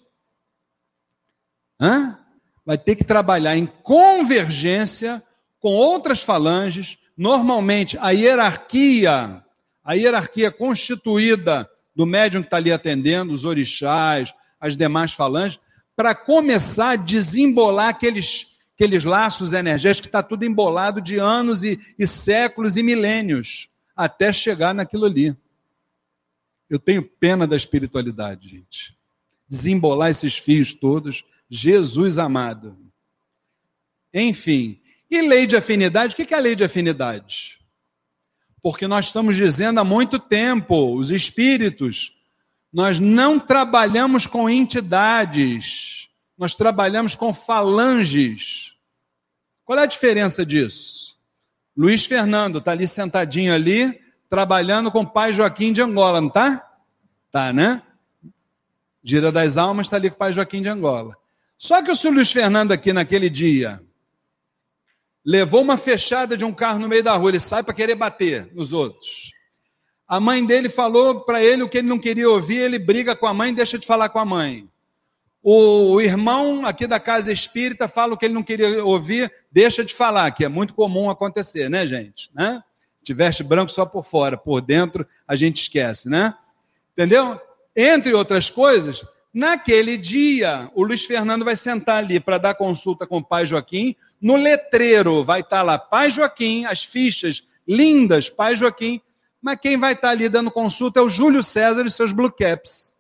Hã? Vai ter que trabalhar em convergência com outras falanges. Normalmente, a hierarquia, a hierarquia constituída do médium que está ali atendendo, os orixás, as demais falanges, para começar a desembolar aqueles, aqueles laços energéticos que está tudo embolado de anos e, e séculos e milênios, até chegar naquilo ali. Eu tenho pena da espiritualidade, gente. Desembolar esses fios todos, Jesus amado. Enfim, e lei de afinidade? O que é a lei de afinidade? Porque nós estamos dizendo há muito tempo, os espíritos, nós não trabalhamos com entidades, nós trabalhamos com falanges. Qual é a diferença disso? Luiz Fernando está ali sentadinho ali, trabalhando com o pai Joaquim de Angola, não está? Tá, né? Gira das Almas está ali com o pai Joaquim de Angola. Só que o senhor Luiz Fernando aqui naquele dia levou uma fechada de um carro no meio da rua, ele sai para querer bater nos outros. A mãe dele falou para ele o que ele não queria ouvir, ele briga com a mãe e deixa de falar com a mãe. O irmão aqui da casa espírita fala o que ele não queria ouvir, deixa de falar, que é muito comum acontecer, né, gente? Né? Te veste branco só por fora, por dentro a gente esquece, né? Entendeu? Entre outras coisas, naquele dia, o Luiz Fernando vai sentar ali para dar consulta com o pai Joaquim. No letreiro vai estar lá pai Joaquim, as fichas lindas, pai Joaquim. Mas quem vai estar ali dando consulta é o Júlio César e seus Blue Caps.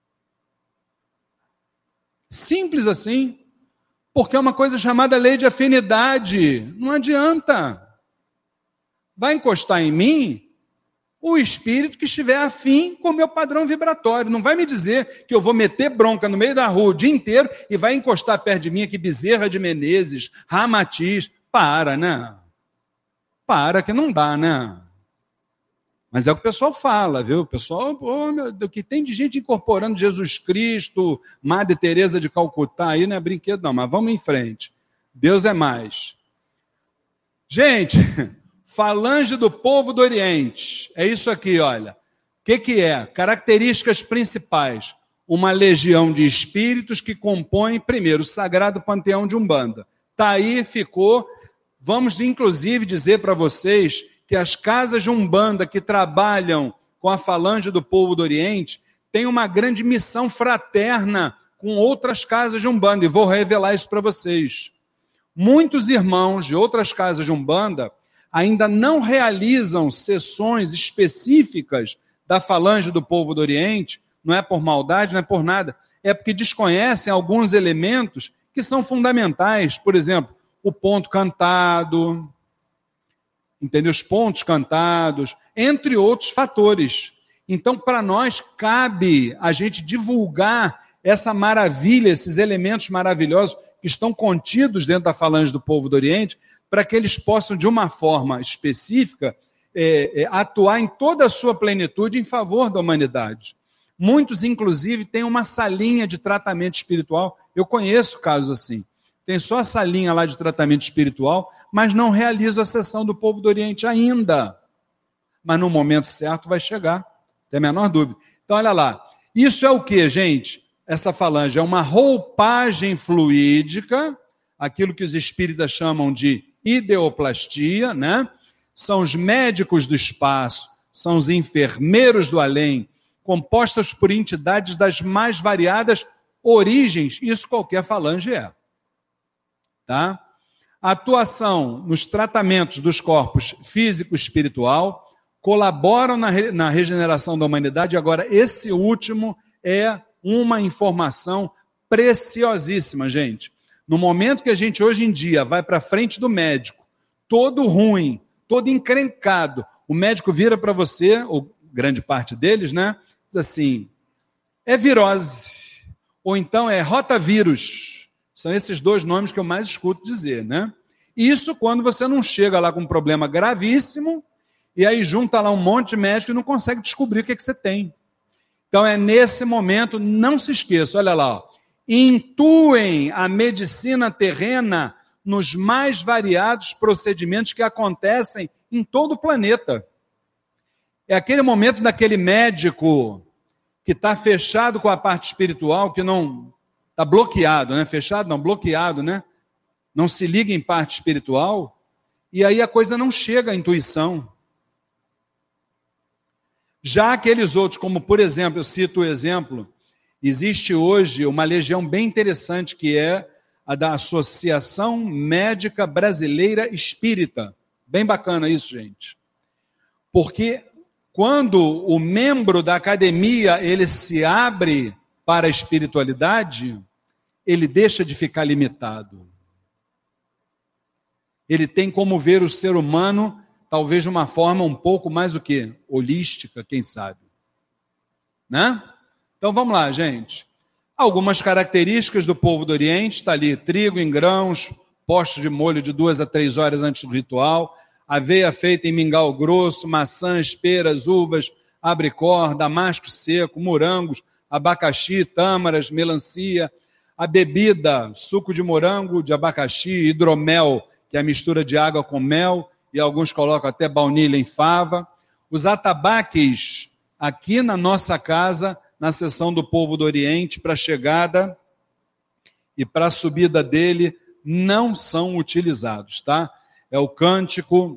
Simples assim. Porque é uma coisa chamada lei de afinidade. Não adianta. Vai encostar em mim o espírito que estiver afim com o meu padrão vibratório. Não vai me dizer que eu vou meter bronca no meio da rua o dia inteiro e vai encostar perto de mim aqui Bezerra de Menezes, Ramatiz. Para, né? Para que não dá, né? Mas é o que o pessoal fala, viu? O pessoal, oh, meu Deus, o que tem de gente incorporando Jesus Cristo, Madre Teresa de Calcutá, aí não é brinquedo não, mas vamos em frente. Deus é mais. Gente, falange do povo do Oriente, é isso aqui, olha. O que, que é? Características principais. Uma legião de espíritos que compõem, primeiro, o sagrado panteão de Umbanda. Está aí, ficou. Vamos, inclusive, dizer para vocês que as casas de Umbanda que trabalham com a falange do povo do Oriente têm uma grande missão fraterna com outras casas de Umbanda, e vou revelar isso para vocês. Muitos irmãos de outras casas de Umbanda ainda não realizam sessões específicas da falange do povo do Oriente, não é por maldade, não é por nada, é porque desconhecem alguns elementos que são fundamentais. Por exemplo, o ponto cantado, entendeu? Os pontos cantados, entre outros fatores. Então, para nós, cabe a gente divulgar essa maravilha, esses elementos maravilhosos que estão contidos dentro da falange do povo do Oriente, para que eles possam, de uma forma específica, é, é, atuar em toda a sua plenitude em favor da humanidade. Muitos, inclusive, têm uma salinha de tratamento espiritual. Eu conheço casos assim. Tem só a salinha lá de tratamento espiritual, mas não realizam a sessão do povo do Oriente ainda. Mas no momento certo vai chegar, não tem a menor dúvida. Então, olha lá. Isso é o que, gente? Essa falange é uma roupagem fluídica, aquilo que os espíritas chamam de ideoplastia, né? São os médicos do espaço, são os enfermeiros do além, compostas por entidades das mais variadas origens. Isso qualquer falange é. Tá? A atuação nos tratamentos dos corpos físico e espiritual colaboram na, re, na regeneração da humanidade. Agora, esse último é uma informação preciosíssima, gente. No momento que a gente hoje em dia vai para frente do médico, todo ruim, todo encrencado, o médico vira para você, ou grande parte deles, né? Diz assim, é virose, ou então é rotavírus. São esses dois nomes que eu mais escuto dizer, né? Isso quando você não chega lá com um problema gravíssimo, e aí junta lá um monte de médico e não consegue descobrir o que, é que você tem. Então é nesse momento, não se esqueça, olha lá, ó, intuem a medicina terrena nos mais variados procedimentos que acontecem em todo o planeta. É aquele momento daquele médico que está fechado com a parte espiritual, que não está bloqueado, né? Fechado não, bloqueado, né? Não se liga em parte espiritual, e aí a coisa não chega à intuição. Já aqueles outros, como por exemplo, eu cito o exemplo, existe hoje uma legião bem interessante que é a da Associação Médica Brasileira Espírita. Bem bacana isso, gente. Porque quando o membro da academia ele se abre para a espiritualidade, ele deixa de ficar limitado. Ele tem como ver o ser humano talvez de uma forma um pouco mais o quê? Holística, quem sabe. Né? Então vamos lá, gente. Algumas características do povo do Oriente, está ali, trigo em grãos, postos de molho de duas a três horas antes do ritual, aveia feita em mingau grosso, maçãs, peras, uvas, abricor, damasco seco, morangos, abacaxi, tâmaras, melancia, a bebida, suco de morango, de abacaxi, hidromel, que é a mistura de água com mel, e alguns colocam até baunilha em fava. Os atabaques, aqui na nossa casa, na seção do povo do Oriente, para a chegada e para a subida dele, não são utilizados, tá? É o cântico,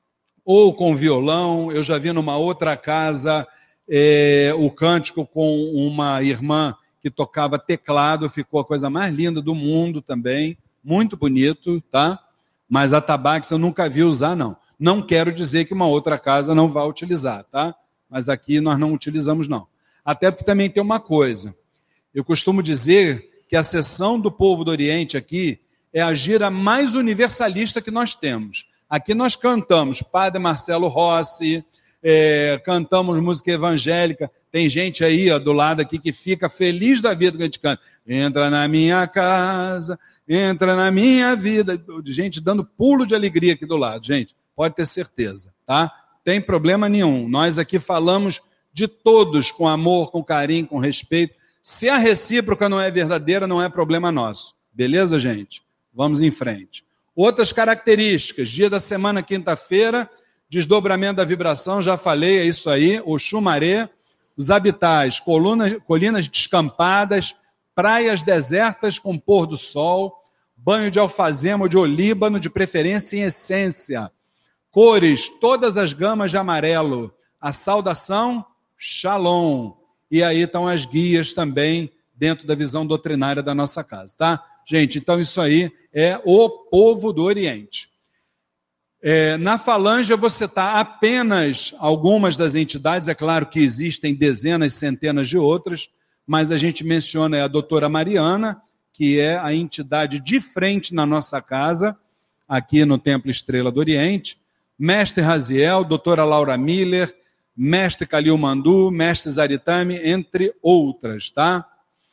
ou com violão. Eu já vi numa outra casa é, o cântico com uma irmã que tocava teclado, ficou a coisa mais linda do mundo também, muito bonito, tá? Mas atabaques eu nunca vi usar, não. Não quero dizer que uma outra casa não vá utilizar, tá? Mas aqui nós não utilizamos, não. Até porque também tem uma coisa. Eu costumo dizer que a seção do povo do Oriente aqui é a gira mais universalista que nós temos. Aqui nós cantamos Padre Marcelo Rossi, é, cantamos música evangélica. Tem gente aí ó, do lado aqui que fica feliz da vida que a gente canta. Entra na minha casa, entra na minha vida. Gente dando pulo de alegria aqui do lado, gente. Pode ter certeza, tá? Tem problema nenhum. Nós aqui falamos de todos com amor, com carinho, com respeito. Se a recíproca não é verdadeira, não é problema nosso. Beleza, gente? Vamos em frente. Outras características. Dia da semana, quinta-feira, desdobramento da vibração, já falei, é isso aí. O Xumaré. Os habitais, colunas, colinas descampadas, praias desertas com pôr do sol, banho de alfazema ou de olíbano, de preferência em essência. Cores, todas as gamas de amarelo. A saudação, Shalom. E aí estão as guias também dentro da visão doutrinária da nossa casa, tá? Gente, então isso aí é o povo do Oriente. É, na falange eu vou citar apenas algumas das entidades, é claro que existem dezenas, centenas de outras, mas a gente menciona a doutora Mariana, que é a entidade de frente na nossa casa, aqui no Templo Estrela do Oriente, mestre Raziel, doutora Laura Miller, mestre Calil Mandu, mestre Zaritame, entre outras, tá?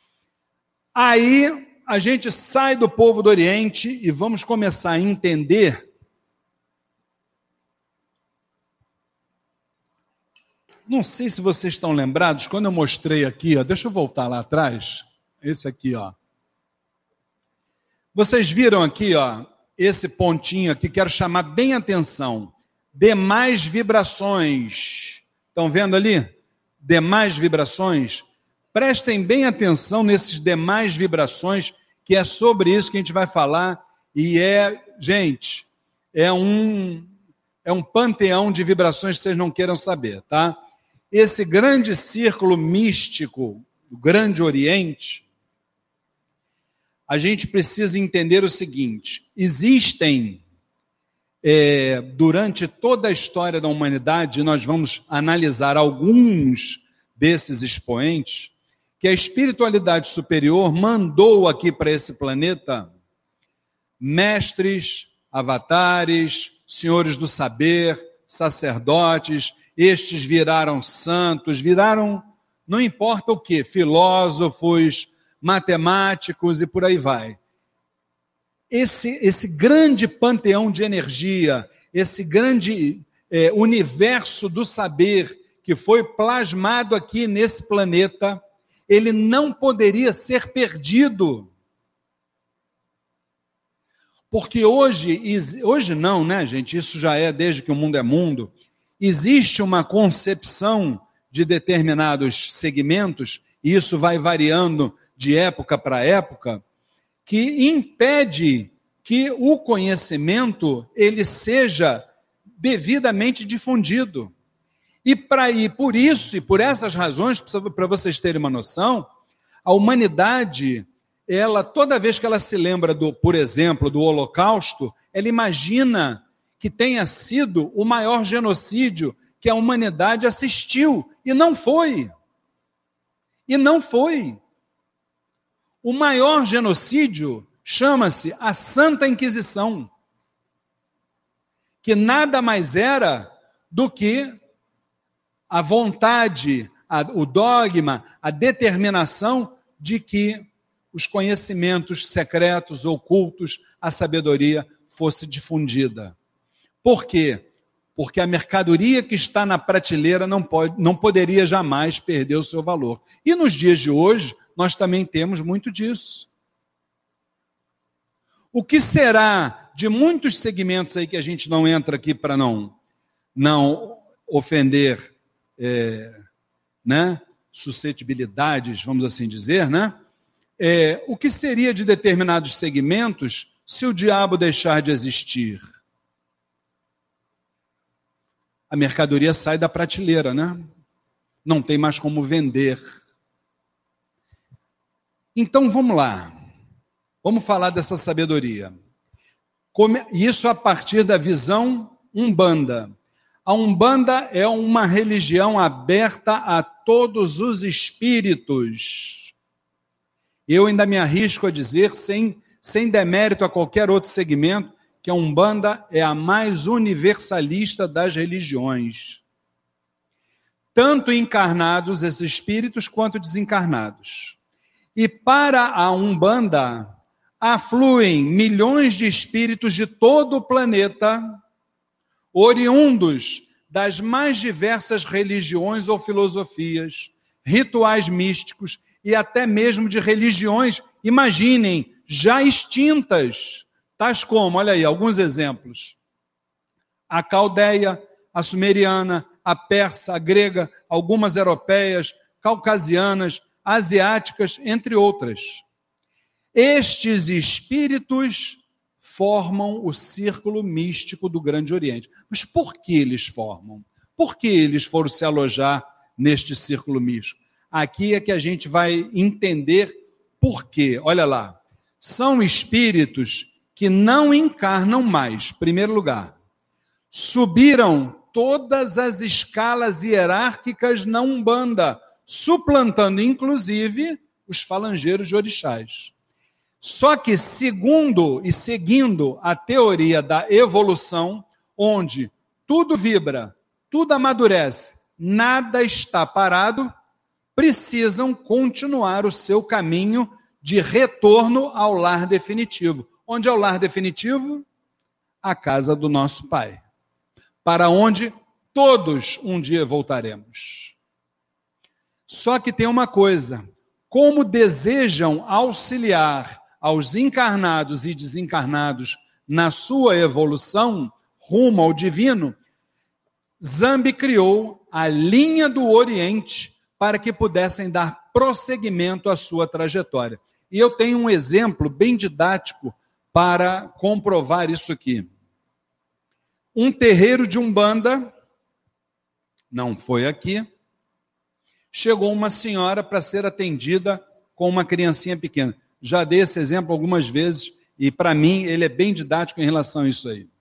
Aí a gente sai do povo do Oriente e vamos começar a entender não sei se vocês estão lembrados, quando eu mostrei aqui, ó, deixa eu voltar lá atrás, esse aqui, ó. Vocês viram aqui, ó, esse pontinho aqui, quero chamar bem a atenção. Demais vibrações. Estão vendo ali? Demais vibrações. Prestem bem atenção nesses demais vibrações, que é sobre isso que a gente vai falar. E é, gente, é um, é um panteão de vibrações que vocês não queiram saber, tá? Esse grande círculo místico, o Grande Oriente, a gente precisa entender o seguinte: existem, é, durante toda a história da humanidade, nós vamos analisar alguns desses expoentes, que a espiritualidade superior mandou aqui para esse planeta mestres, avatares, senhores do saber, sacerdotes. Estes viraram santos, viraram, não importa o que, filósofos, matemáticos e por aí vai. Esse, esse grande panteão de energia, esse grande é, universo do saber que foi plasmado aqui nesse planeta, ele não poderia ser perdido. Porque hoje, hoje não, né, gente? Isso já é desde que o mundo é mundo. Existe uma concepção de determinados segmentos, e isso vai variando de época para época, que impede que o conhecimento ele seja devidamente difundido. E para ir por isso e por essas razões, para vocês terem uma noção, a humanidade, ela toda vez que ela se lembra do, por exemplo, do Holocausto, ela imagina que tenha sido o maior genocídio que a humanidade assistiu, e não foi. E não foi. O maior genocídio chama-se a Santa Inquisição, que nada mais era do que a vontade, a, o dogma, a determinação de que os conhecimentos secretos, ocultos, a sabedoria fosse difundida. Por quê? Porque a mercadoria que está na prateleira não, pode, não poderia jamais perder o seu valor. E nos dias de hoje, nós também temos muito disso. O que será de muitos segmentos aí que a gente não entra aqui para não, não ofender é, né, suscetibilidades, vamos assim dizer, né? É, o que seria de determinados segmentos se o diabo deixar de existir? A mercadoria sai da prateleira, né? Não tem mais como vender. Então, vamos lá. Vamos falar dessa sabedoria. Isso a partir da visão Umbanda. A Umbanda é uma religião aberta a todos os espíritos. Eu ainda me arrisco a dizer, sem, sem demérito a qualquer outro segmento, que a Umbanda é a mais universalista das religiões. Tanto encarnados, esses espíritos, quanto desencarnados. E para a Umbanda, afluem milhões de espíritos de todo o planeta, oriundos das mais diversas religiões ou filosofias, rituais místicos e até mesmo de religiões, imaginem, já extintas, tais como, olha aí, alguns exemplos. A caldeia, a sumeriana, a persa, a grega, algumas europeias, caucasianas, asiáticas, entre outras. Estes espíritos formam o círculo místico do Grande Oriente. Mas por que eles formam? Por que eles foram se alojar neste círculo místico? Aqui é que a gente vai entender por quê. Olha lá, são espíritos que não encarnam mais, em primeiro lugar. Subiram todas as escalas hierárquicas na Umbanda, suplantando inclusive os falangeiros de orixás. Só que segundo e seguindo a teoria da evolução, onde tudo vibra, tudo amadurece, nada está parado, precisam continuar o seu caminho de retorno ao lar definitivo. Onde é o lar definitivo? A casa do nosso Pai, para onde todos um dia voltaremos. Só que tem uma coisa, como desejam auxiliar aos encarnados e desencarnados na sua evolução rumo ao divino, Zambi criou a linha do Oriente para que pudessem dar prosseguimento à sua trajetória. E eu tenho um exemplo bem didático para comprovar isso aqui. Um terreiro de Umbanda, não foi aqui, chegou uma senhora para ser atendida com uma criancinha pequena. Já dei esse exemplo algumas vezes e, para mim, ele é bem didático em relação a isso aí.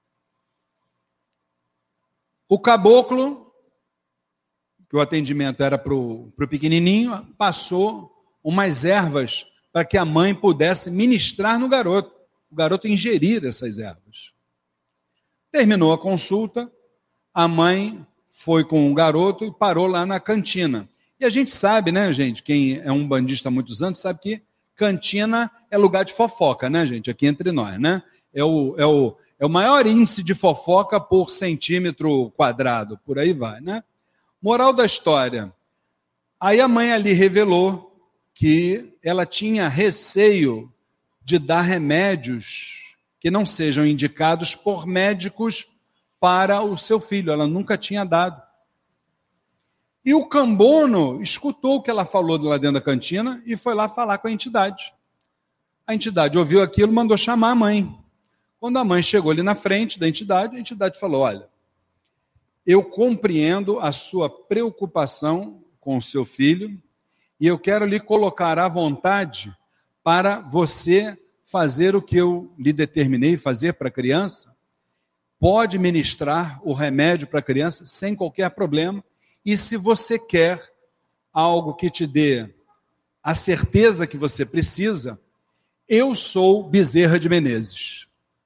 O caboclo, que o atendimento era para o pequenininho, passou umas ervas para que a mãe pudesse ministrar no garoto, o garoto ingerir essas ervas. Terminou a consulta, a mãe foi com o garoto e parou lá na cantina. E a gente sabe, né, gente, quem é um bandista há muitos anos, sabe que cantina é lugar de fofoca, né, gente, aqui entre nós, né? É o, é o, é o maior índice de fofoca por centímetro quadrado, por aí vai, né? Moral da história. Aí a mãe ali revelou que ela tinha receio de dar remédios que não sejam indicados por médicos para o seu filho. Ela nunca tinha dado. E o cambono escutou o que ela falou lá dentro da cantina e foi lá falar com a entidade. A entidade ouviu aquilo, mandou chamar a mãe. Quando a mãe chegou ali na frente da entidade, a entidade falou, olha, eu compreendo a sua preocupação com o seu filho e eu quero lhe colocar à vontade para você fazer o que eu lhe determinei fazer para a criança. Pode ministrar o remédio para a criança sem qualquer problema. E se você quer algo que te dê a certeza que você precisa, eu sou Bezerra de Menezes.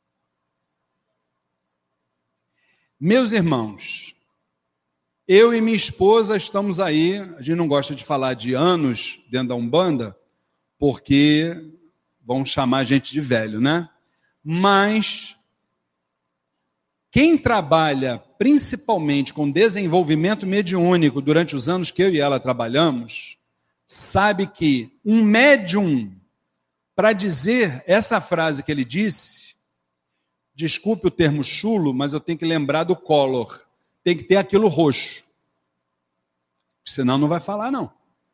Meus irmãos, eu e minha esposa estamos aí, a gente não gosta de falar de anos dentro da Umbanda, porque vão chamar a gente de velho, né? Mas quem trabalha principalmente com desenvolvimento mediúnico durante os anos que eu e ela trabalhamos, sabe que um médium, para dizer essa frase que ele disse, desculpe o termo chulo, mas eu tenho que lembrar do Collor, tem que ter aquilo roxo, senão não vai falar não.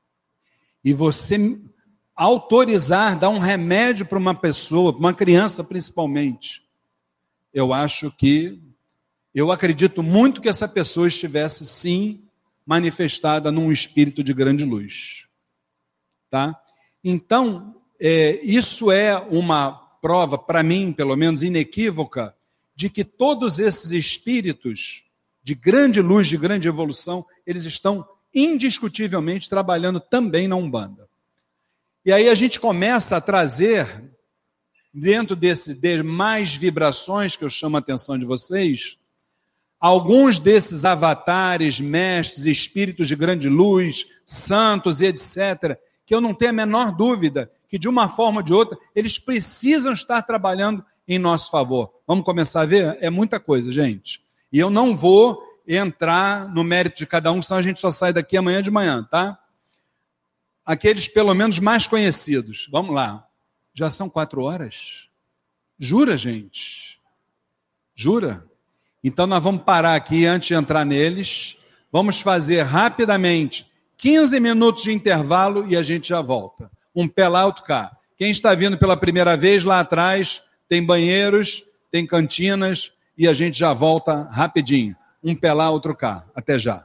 E você autorizar, dar um remédio para uma pessoa, para uma criança principalmente, eu acho que Eu acredito muito que essa pessoa estivesse, sim, manifestada num espírito de grande luz. Tá? Então, é, isso é uma prova, para mim, pelo menos inequívoca, de que todos esses espíritos de grande luz, de grande evolução, eles estão indiscutivelmente trabalhando também na Umbanda. E aí a gente começa a trazer, dentro desse demais vibrações que eu chamo a atenção de vocês, alguns desses avatares, mestres, espíritos de grande luz, santos e etcétera, que eu não tenho a menor dúvida que, de uma forma ou de outra, eles precisam estar trabalhando em nosso favor. Vamos começar a ver? É muita coisa, gente. E eu não vou entrar no mérito de cada um, senão a gente só sai daqui amanhã de manhã, tá? Aqueles, pelo menos, mais conhecidos. Vamos lá. Já são quatro horas? Jura, gente? Jura? Então nós vamos parar aqui antes de entrar neles, vamos fazer rapidamente quinze minutos de intervalo e a gente já volta. Um pé lá, outro cá. Quem está vindo pela primeira vez, lá atrás tem banheiros, tem cantinas e a gente já volta rapidinho. Um pé lá, outro cá. Até já.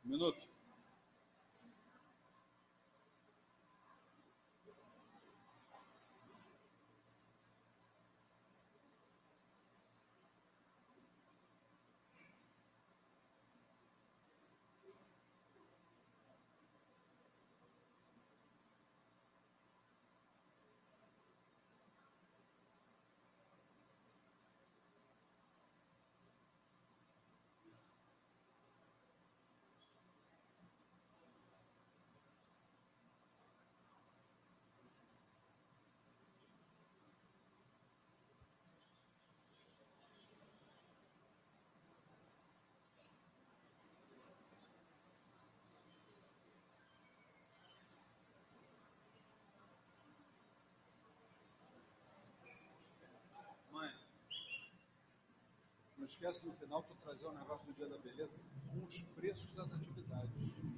Um minuto. Não esquece no final tu trazer o negócio do Dia da Beleza com os preços das atividades.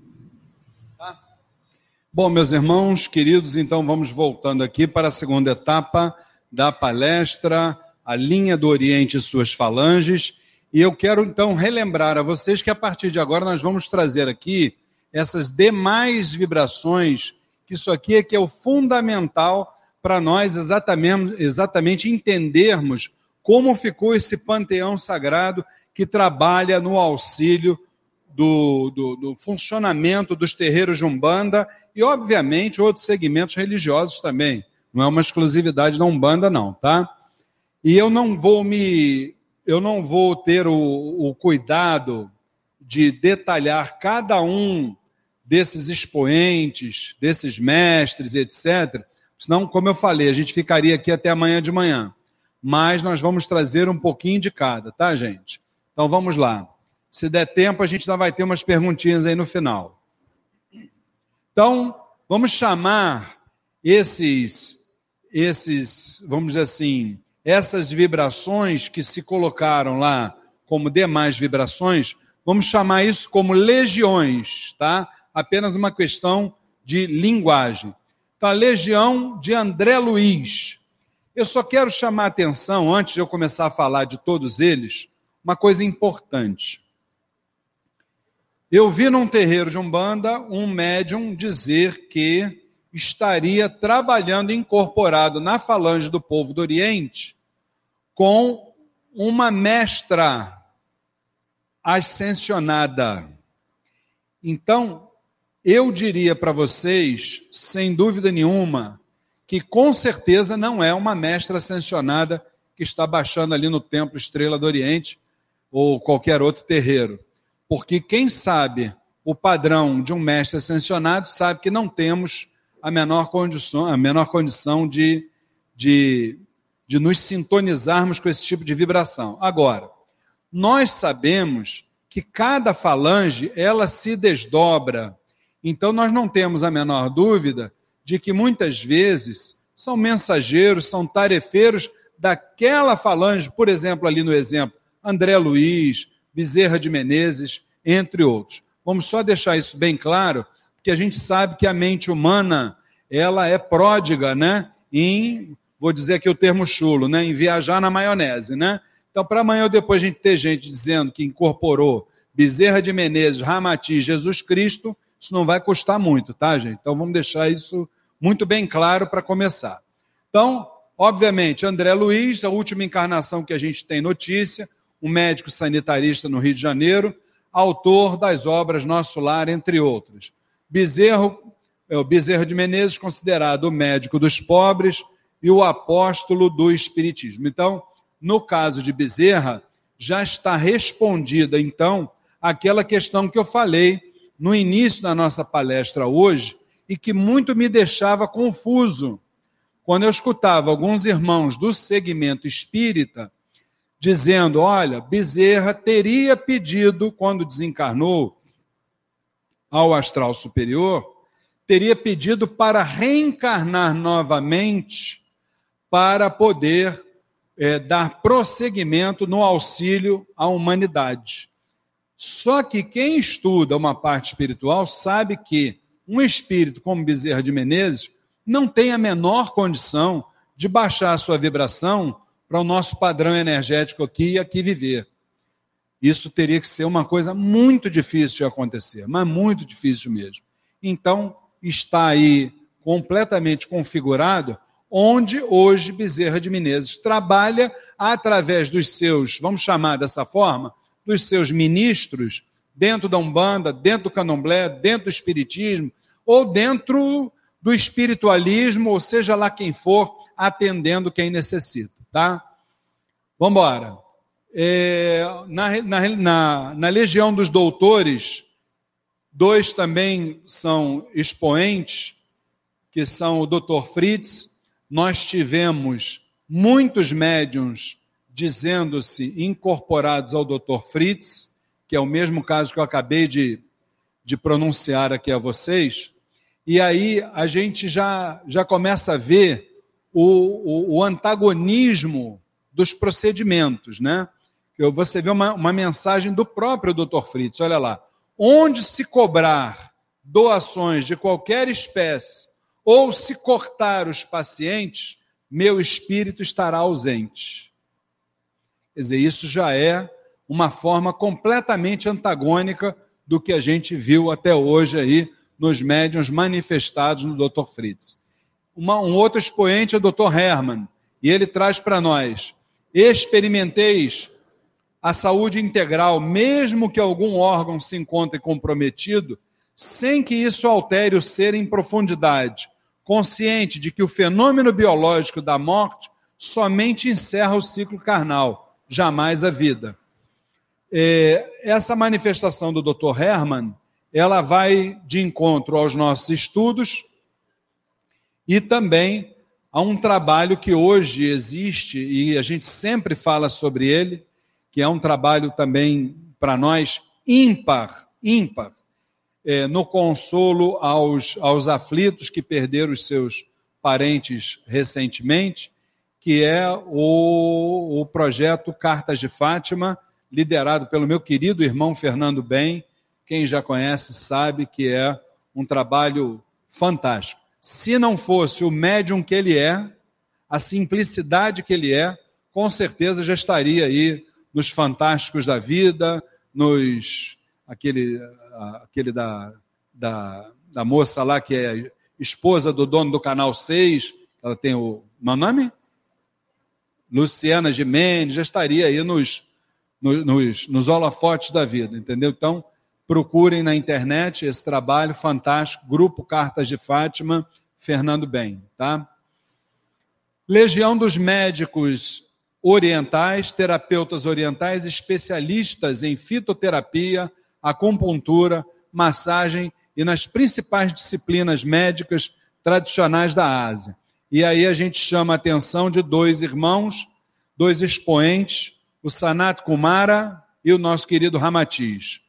Tá? Bom, meus irmãos queridos, então vamos voltando aqui para a segunda etapa da palestra, a linha do Oriente e suas falanges. E eu quero então relembrar a vocês que a partir de agora nós vamos trazer aqui essas demais vibrações, que isso aqui é que é o fundamental para nós exatamente, exatamente entendermos como ficou esse panteão sagrado que trabalha no auxílio do, do, do funcionamento dos terreiros de Umbanda e, obviamente, outros segmentos religiosos também. Não é uma exclusividade da Umbanda, não, tá? E eu não vou me, eu não vou ter o, o cuidado de detalhar cada um desses expoentes, desses mestres, etcétera. Senão, como eu falei, a gente ficaria aqui até amanhã de manhã. Mas nós vamos trazer um pouquinho de cada, tá, gente? Então, vamos lá. Se der tempo, a gente ainda vai ter umas perguntinhas aí no final. Então, vamos chamar esses, esses, vamos dizer assim, essas vibrações que se colocaram lá como demais vibrações, vamos chamar isso como legiões, tá? Apenas uma questão de linguagem. Então, a legião de André Luiz. Eu só quero chamar a atenção, antes de eu começar a falar de todos eles, uma coisa importante. Eu vi num terreiro de Umbanda um médium dizer que estaria trabalhando incorporado na falange do povo do Oriente com uma mestra ascensionada. Então, eu diria para vocês, sem dúvida nenhuma, que com certeza não é uma mestra ascensionada que está baixando ali no Templo Estrela do Oriente ou qualquer outro terreiro. Porque quem sabe o padrão de um mestre ascensionado sabe que não temos a menor condição, a menor condição de, de, de nos sintonizarmos com esse tipo de vibração. Agora, nós sabemos que cada falange, ela se desdobra. Então, nós não temos a menor dúvida de que muitas vezes são mensageiros, são tarefeiros daquela falange, por exemplo, ali no exemplo, André Luiz, Bezerra de Menezes, entre outros. Vamos só deixar isso bem claro, porque a gente sabe que a mente humana, ela é pródiga, né, em, vou dizer aqui o termo chulo, né, em viajar na maionese, né? Então, para amanhã ou depois a gente ter gente dizendo que incorporou Bezerra de Menezes, Ramati, Jesus Cristo, isso não vai custar muito, tá, gente? Então, vamos deixar isso muito bem claro para começar. Então, obviamente, André Luiz, a última encarnação que a gente tem notícia, um médico sanitarista no Rio de Janeiro, autor das obras Nosso Lar, entre outras. Bezerro, é, o Bezerra de Menezes, considerado o médico dos pobres e o apóstolo do espiritismo. Então, no caso de Bezerra, já está respondida, então, aquela questão que eu falei no início da nossa palestra hoje, e que muito me deixava confuso, quando eu escutava alguns irmãos do segmento espírita dizendo, olha, Bezerra teria pedido, quando desencarnou ao astral superior, teria pedido para reencarnar novamente para poder é, dar prosseguimento no auxílio à humanidade. Só que quem estuda uma parte espiritual sabe que um espírito como Bezerra de Menezes não tem a menor condição de baixar a sua vibração para o nosso padrão energético aqui e aqui viver. Isso teria que ser uma coisa muito difícil de acontecer, mas muito difícil mesmo. Então, está aí completamente configurado onde hoje Bezerra de Menezes trabalha através dos seus, vamos chamar dessa forma, dos seus ministros, dentro da Umbanda, dentro do Candomblé, dentro do Espiritismo, ou dentro do espiritualismo, ou seja lá quem for, atendendo quem necessita, tá? Vamos embora. É, na, na, na, na Legião dos Doutores, dois também são expoentes, que são o doutor Fritz. Nós tivemos muitos médiuns dizendo-se incorporados ao doutor Fritz, que é o mesmo caso que eu acabei de, de pronunciar aqui a vocês, e aí a gente já, já começa a ver o, o, o antagonismo dos procedimentos, né? Você vê uma, uma mensagem do próprio doutor Fritz, olha lá, onde se cobrar doações de qualquer espécie, ou se cortar os pacientes, meu espírito estará ausente. Quer dizer, isso já é uma forma completamente antagônica do que a gente viu até hoje aí nos médiuns manifestados no doutor Fritz. Uma, um outro expoente é o doutor Hermann, e ele traz para nós, experimenteis a saúde integral, mesmo que algum órgão se encontre comprometido, sem que isso altere o ser em profundidade, consciente de que o fenômeno biológico da morte somente encerra o ciclo carnal, jamais a vida. É, essa manifestação do doutor Hermann, ela vai de encontro aos nossos estudos e também a um trabalho que hoje existe, e a gente sempre fala sobre ele, que é um trabalho também, para nós, ímpar, ímpar, é, no consolo aos, aos aflitos que perderam os seus parentes recentemente, que é o, o projeto Cartas de Fátima, liderado pelo meu querido irmão Fernando Bem. Quem já conhece sabe que é um trabalho fantástico. Se não fosse o médium que ele é, a simplicidade que ele é, com certeza já estaria aí nos Fantásticos da Vida, nos aquele, aquele da, da, da moça lá que é esposa do dono do Canal seis, ela tem o meu nome? Luciana Gimenez, já estaria aí nos, nos, nos holofotes da vida, entendeu? Então, procurem na internet esse trabalho fantástico, Grupo Cartas de Fátima, Fernando Bem, tá? Legião dos Médicos Orientais, terapeutas orientais, especialistas em fitoterapia, acupuntura, massagem e nas principais disciplinas médicas tradicionais da Ásia. E aí a gente chama a atenção de dois irmãos, dois expoentes, o Sanat Kumara e o nosso querido Ramatiz.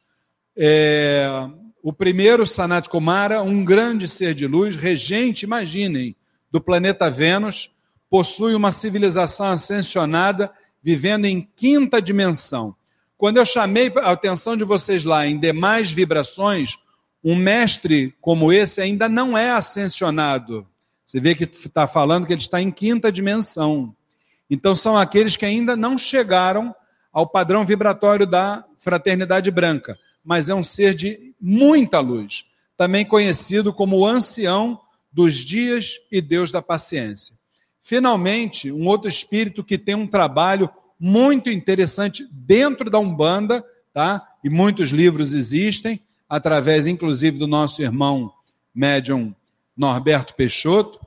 É, o primeiro, Sanat Kumara, um grande ser de luz, regente, imaginem, do planeta Vênus, possui uma civilização ascensionada, vivendo em quinta dimensão. Quando eu chamei a atenção de vocês lá em demais vibrações, um mestre como esse ainda não é ascensionado. Você vê que está falando que ele está em quinta dimensão. Então são aqueles que ainda não chegaram ao padrão vibratório da fraternidade branca, mas é um ser de muita luz, também conhecido como o ancião dos dias e Deus da paciência. Finalmente, um outro espírito que tem um trabalho muito interessante dentro da Umbanda, tá? E muitos livros existem, através inclusive do nosso irmão médium Norberto Peixoto,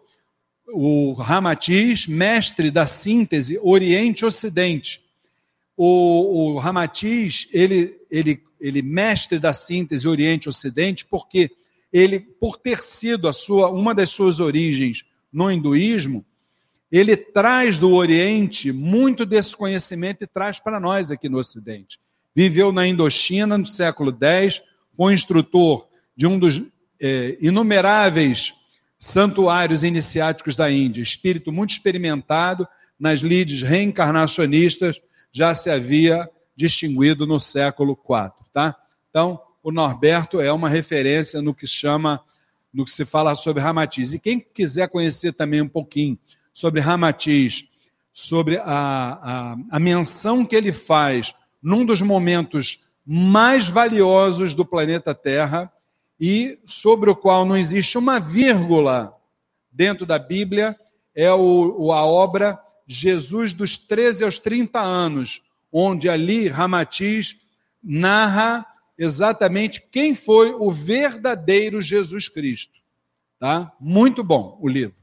o Ramatiz, mestre da síntese Oriente-Ocidente. O, o Ramatiz, ele, ele, ele mestre da síntese Oriente-Ocidente, porque ele, por ter sido a sua, uma das suas origens no hinduísmo, ele traz do Oriente muito desse conhecimento e traz para nós aqui no Ocidente. Viveu na Indochina no século dez, foi instrutor de um dos é, inumeráveis santuários iniciáticos da Índia, espírito muito experimentado nas lides reencarnacionistas, já se havia distinguido no século quatro. Tá? Então, o Norberto é uma referência no que chama, no que se fala sobre Ramatiz. E quem quiser conhecer também um pouquinho sobre Ramatiz, sobre a, a, a menção que ele faz num dos momentos mais valiosos do planeta Terra e sobre o qual não existe uma vírgula dentro da Bíblia, é o, a obra Jesus dos treze aos trinta anos, onde ali Ramatiz narra exatamente quem foi o verdadeiro Jesus Cristo. Tá? Muito bom o livro.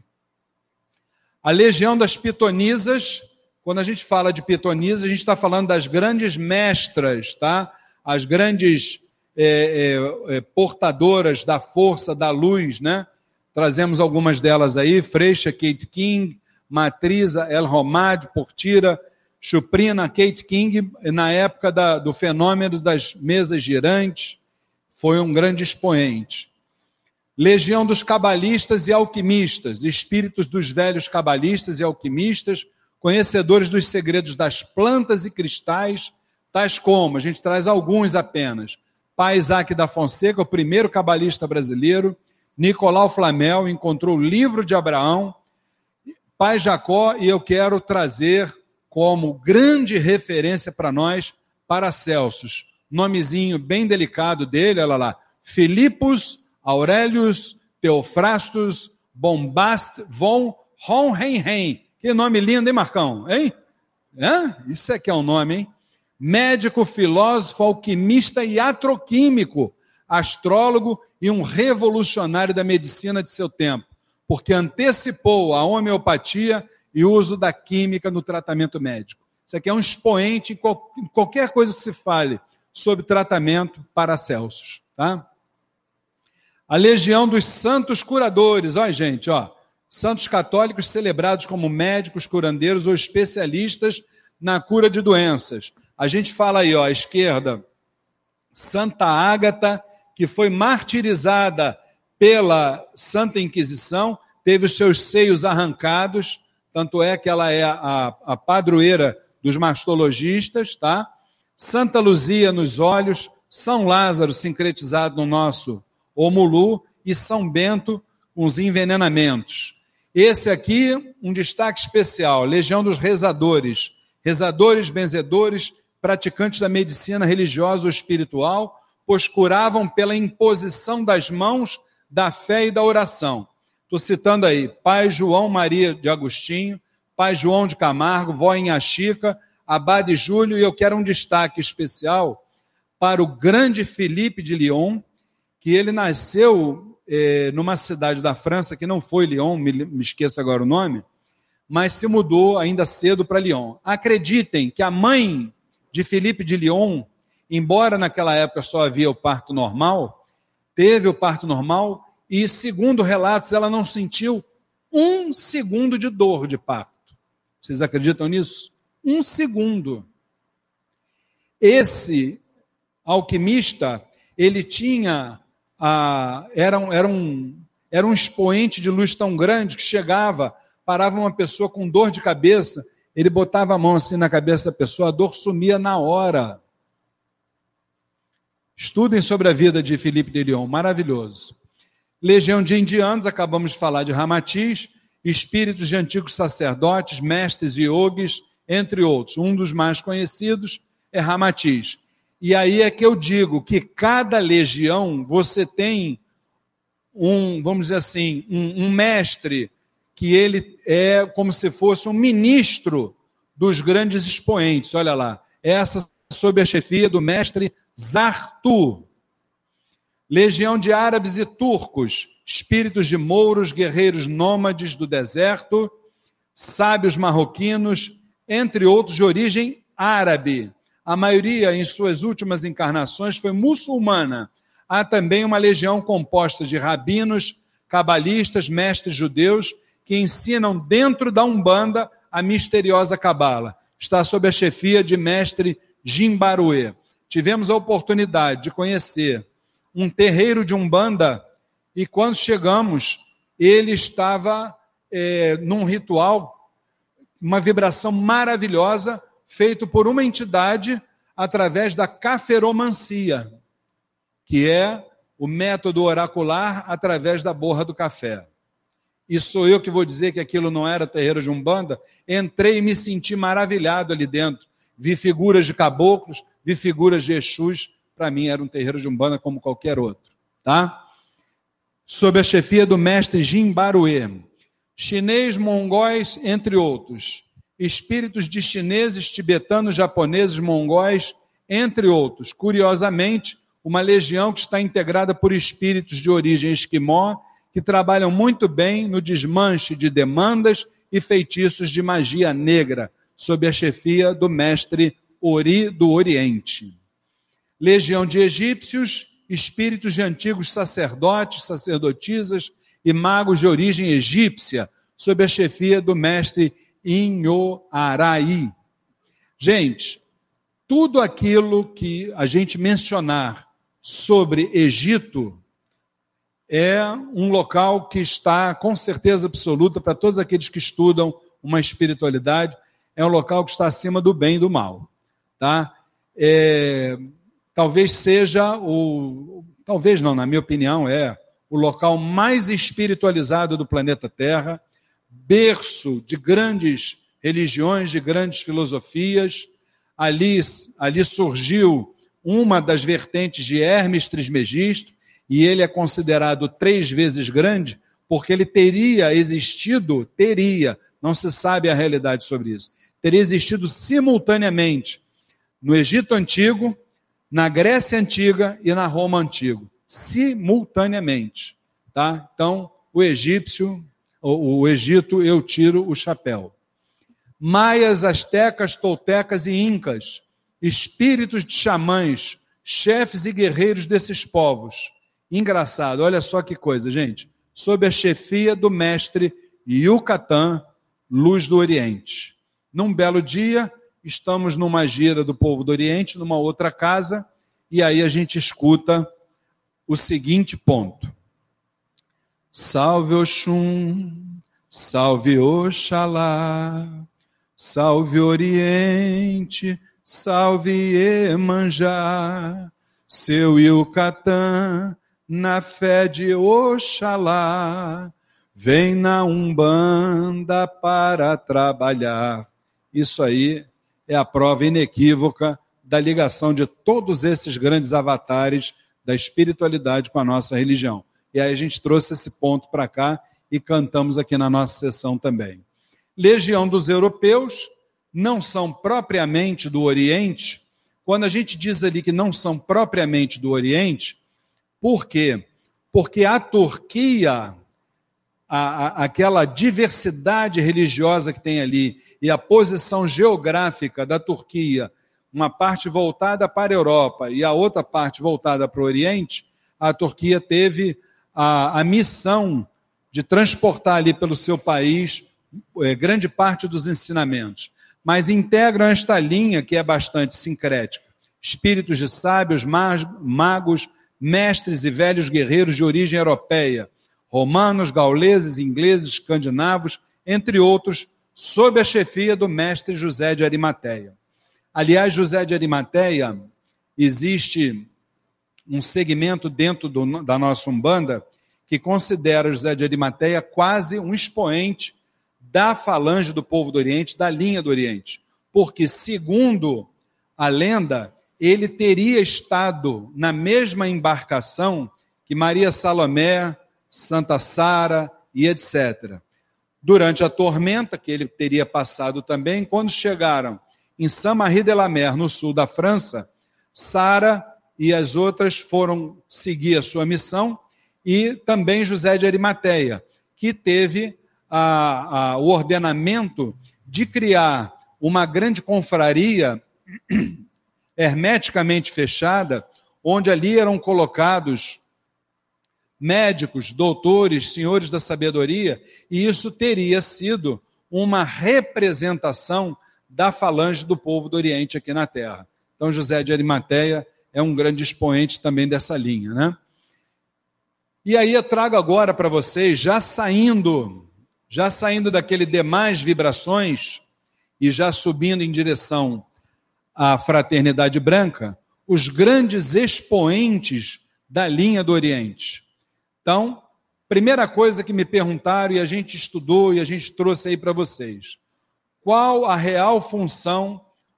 A Legião das Pitonisas, quando a gente fala de pitonisas, a gente está falando das grandes mestras, tá? As grandes é, é, é, portadoras da força, da luz, né? Trazemos algumas delas aí, Freixa, Kate King, Matriza, El Romad, Portira, Chuprina, Kate King, na época da, do fenômeno das mesas girantes, foi um grande expoente. Legião dos cabalistas e alquimistas, espíritos dos velhos cabalistas e alquimistas, conhecedores dos segredos das plantas e cristais, tais como, a gente traz alguns apenas, Pai Isaac da Fonseca, o primeiro cabalista brasileiro, Nicolau Flamel encontrou o livro de Abraão, Pai Jacó, e eu quero trazer como grande referência para nós, Paracelsus, nomezinho bem delicado dele, olha lá, Filipus Aurelius Theophrastus Bombast von Hohenheim. Que nome lindo, hein, Marcão? Hein? Hã? Isso é que é um nome, hein? Médico, filósofo, alquimista e atroquímico, astrólogo e um revolucionário da medicina de seu tempo, porque antecipou a homeopatia e o uso da química no tratamento médico. Isso aqui é um expoente em qualquer coisa que se fale sobre tratamento, Paracelsus, tá? A Legião dos Santos Curadores, olha gente, ó, santos católicos celebrados como médicos, curandeiros ou especialistas na cura de doenças. A gente fala aí, ó, à esquerda, Santa Ágata, que foi martirizada pela Santa Inquisição, teve os seus seios arrancados, tanto é que ela é a, a padroeira dos mastologistas, tá? Santa Luzia nos olhos, São Lázaro sincretizado no nosso Omulu e São Bento com os envenenamentos. Esse aqui, um destaque especial, Legião dos Rezadores, rezadores, benzedores, praticantes da medicina religiosa ou espiritual, pois curavam pela imposição das mãos, da fé e da oração. Estou citando aí, Pai João Maria de Agostinho, Pai João de Camargo, Vó Inhaxica, Abade Júlio, e eu quero um destaque especial para o grande Filipe de Lyon, que ele nasceu eh, numa cidade da França, que não foi Lyon, me, me esqueço agora o nome, mas se mudou ainda cedo para Lyon. Acreditem que a mãe de Filipe de Lyon, embora naquela época só havia o parto normal, teve o parto normal e, segundo relatos, ela não sentiu um segundo de dor de parto. Vocês acreditam nisso? Um segundo. Esse alquimista, ele tinha, ah, era, um, era, um, era um expoente de luz tão grande que chegava, parava uma pessoa com dor de cabeça, ele botava a mão assim na cabeça da pessoa, a dor sumia na hora. Estudem sobre a vida de Filipe de Lyon, maravilhoso. Legião de indianos, acabamos de falar de Ramatiz, espíritos de antigos sacerdotes, mestres e yogis, entre outros. Um dos mais conhecidos é Ramatiz. E aí é que eu digo que cada legião você tem um, vamos dizer assim, um, um mestre que ele é como se fosse um ministro dos grandes expoentes. Olha lá, essa sob a chefia do mestre Zartu. Legião de árabes e turcos, espíritos de mouros, guerreiros nômades do deserto, sábios marroquinos, entre outros de origem árabe. A maioria, em suas últimas encarnações, foi muçulmana. Há também uma legião composta de rabinos, cabalistas, mestres judeus, que ensinam dentro da Umbanda a misteriosa cabala. Está sob a chefia de mestre Jimbaruê. Tivemos a oportunidade de conhecer um terreiro de Umbanda e quando chegamos, ele estava é, num ritual, uma vibração maravilhosa, feito por uma entidade através da caferomancia, que é o método oracular através da borra do café. E sou eu que vou dizer que aquilo não era terreiro de Umbanda. Entrei e me senti maravilhado ali dentro. vi figuras de caboclos, vi figuras de Exus. Para mim era um terreiro de Umbanda como qualquer outro, tá? Sob a chefia do mestre Jimbaruê, chinês, mongóis, entre outros, espíritos de chineses, tibetanos, japoneses, mongóis, entre outros. Curiosamente, uma legião que está integrada por espíritos de origem esquimó, que trabalham muito bem no desmanche de demandas e feitiços de magia negra, sob a chefia do mestre Ori do Oriente. Legião de egípcios, espíritos de antigos sacerdotes, sacerdotisas e magos de origem egípcia, sob a chefia do mestre Inhoaraí. Gente, tudo aquilo que a gente mencionar sobre Egito é um local que está com certeza absoluta para todos aqueles que estudam uma espiritualidade, é um local que está acima do bem e do mal, tá? É, talvez seja o, talvez não, na minha opinião, é o local mais espiritualizado do planeta Terra, berço de grandes religiões, de grandes filosofias. Ali, ali surgiu uma das vertentes de Hermes Trismegisto, e ele é considerado três vezes grande, porque ele teria existido, teria, não se sabe a realidade sobre isso, teria existido simultaneamente no Egito Antigo, na Grécia Antiga e na Roma Antiga, simultaneamente, tá? Então, o egípcio, o, o Egito, eu tiro o chapéu. Maias, astecas, toltecas e incas, espíritos de xamãs, chefes e guerreiros desses povos. Engraçado, olha só que coisa, gente. Sob a chefia do mestre Yucatán, Luz do Oriente. Num belo dia, estamos numa gira do povo do Oriente, numa outra casa, e aí a gente escuta o seguinte ponto. Salve Oxum, salve Oxalá, salve Oriente, salve Iemanjá, seu Yucatán, na fé de Oxalá, vem na Umbanda para trabalhar. Isso aí é a prova inequívoca da ligação de todos esses grandes avatares da espiritualidade com a nossa religião. E aí a gente trouxe esse ponto para cá e cantamos aqui na nossa sessão também. Legião dos europeus não são propriamente do Oriente. Quando a gente diz ali que não são propriamente do Oriente, por quê? Porque a Turquia, a, a, aquela diversidade religiosa que tem ali, e a posição geográfica da Turquia, uma parte voltada para a Europa e a outra parte voltada para o Oriente, a Turquia teve a, a missão de transportar ali pelo seu país é, grande parte dos ensinamentos, mas integram esta linha que é bastante sincrética. Espíritos de sábios, magos, mestres e velhos guerreiros de origem europeia, romanos, gauleses, ingleses, escandinavos, entre outros, sob a chefia do mestre José de Arimateia. Aliás, José de Arimateia, existe um segmento dentro do, da nossa Umbanda que considera José de Arimateia quase um expoente da falange do povo do Oriente, da linha do Oriente. Porque, segundo a lenda, ele teria estado na mesma embarcação que Maria Salomé, Santa Sara e etcétera. Durante a tormenta, que ele teria passado também, quando chegaram em Saint-Marie-de-la-Mer, no sul da França, Sara e as outras foram seguir a sua missão, e também José de Arimateia, que teve a, a, o ordenamento de criar uma grande confraria hermeticamente fechada, onde ali eram colocados médicos, doutores, senhores da sabedoria, e isso teria sido uma representação da falange do povo do Oriente aqui na Terra. Então, José de Arimateia é um grande expoente também dessa linha, né? E aí eu trago agora para vocês, já saindo, já saindo daquele demais vibrações e já subindo em direção à fraternidade branca, os grandes expoentes da linha do Oriente. Então, primeira coisa que me perguntaram e a gente estudou e a gente trouxe aí para vocês. Qual a real função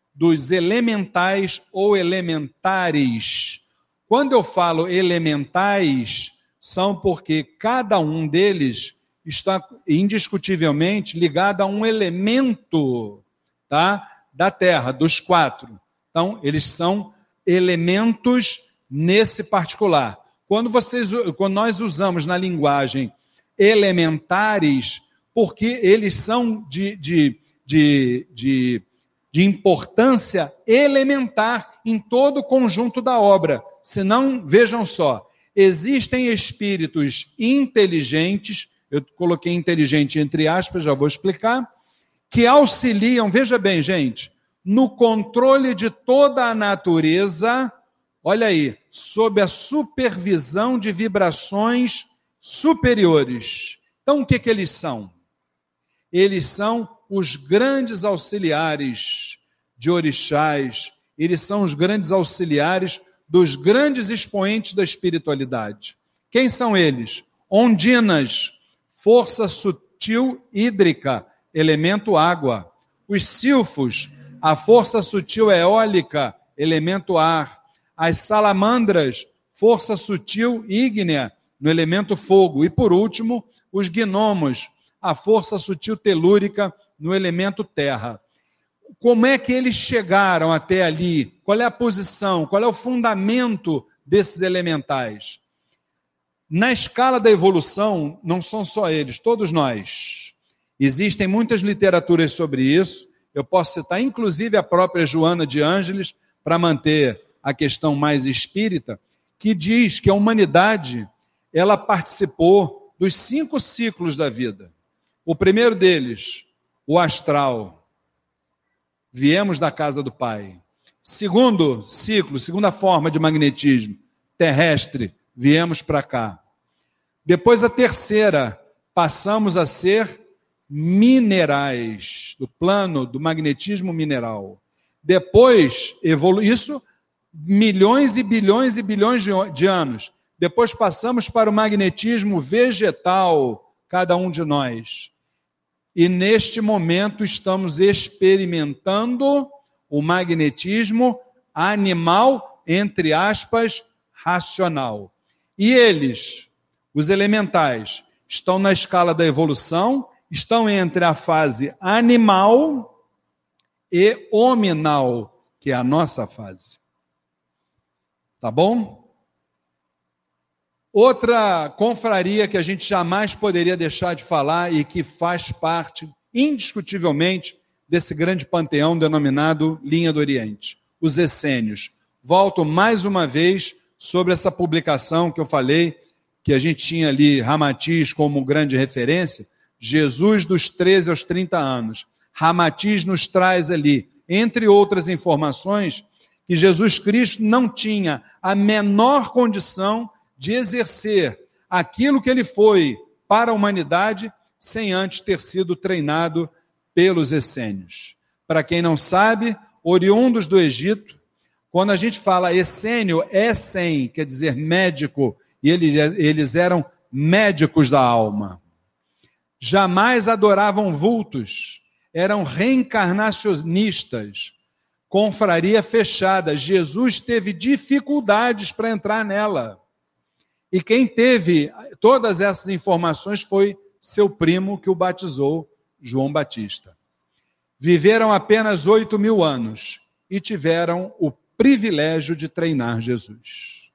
dos elementais ou elementares. Quando eu falo elementais, são porque cada um deles está indiscutivelmente ligado a um elemento, tá, da Terra, dos quatro. Então, eles são elementos nesse particular. Quando, vocês, quando nós usamos na linguagem elementares, porque eles são de, de, de, de, de importância elementar em todo o conjunto da obra. Senão, vejam só, existem espíritos inteligentes, eu coloquei inteligente entre aspas, já vou explicar, que auxiliam, veja bem, gente, no controle de toda a natureza, olha aí, sob a supervisão de vibrações superiores. Então, o que, que eles são? Eles são os grandes auxiliares de orixás, eles são os grandes auxiliares dos grandes expoentes da espiritualidade. Quem são eles? Ondinas, força sutil hídrica, elemento água. Os silfos, a força sutil eólica, elemento ar. As salamandras, força sutil ígnea, no elemento fogo. E por último, os gnomos, a força sutil telúrica, no elemento terra. Como é que eles chegaram até ali? Qual é a posição? Qual é o fundamento desses elementais? Na escala da evolução, não são só eles, todos nós. Existem muitas literaturas sobre isso. Eu posso citar, inclusive, a própria Joana de Ângeles, para manter a questão mais espírita, que diz que a humanidade, ela participou dos cinco ciclos da vida. O primeiro deles, o astral. Viemos da casa do Pai. Segundo ciclo, segunda forma de magnetismo, terrestre, viemos para cá. Depois a terceira, passamos a ser minerais, do plano do magnetismo mineral. Depois, evolu... isso, milhões e bilhões e bilhões de, de anos. Depois passamos para o magnetismo vegetal, cada um de nós. E neste momento estamos experimentando o magnetismo animal, entre aspas, racional. E eles, os elementais, estão na escala da evolução, estão entre a fase animal e hominal, que é a nossa fase. Tá bom? Outra confraria que a gente jamais poderia deixar de falar e que faz parte, indiscutivelmente, desse grande panteão denominado Linha do Oriente, os essênios. Volto mais uma vez sobre essa publicação que eu falei, que a gente tinha ali Ramatiz como grande referência, Jesus dos treze aos trinta anos. Ramatiz nos traz ali, entre outras informações, que Jesus Cristo não tinha a menor condição de exercer aquilo que ele foi para a humanidade sem antes ter sido treinado pelos essênios. Para quem não sabe, oriundos do Egito, quando a gente fala essênio, essem, quer dizer médico, e eles, eles eram médicos da alma. Jamais adoravam vultos, eram reencarnacionistas, confraria fechada. Jesus teve dificuldades para entrar nela. E quem teve todas essas informações foi seu primo que o batizou, João Batista. Viveram apenas oito mil anos e tiveram o privilégio de treinar Jesus.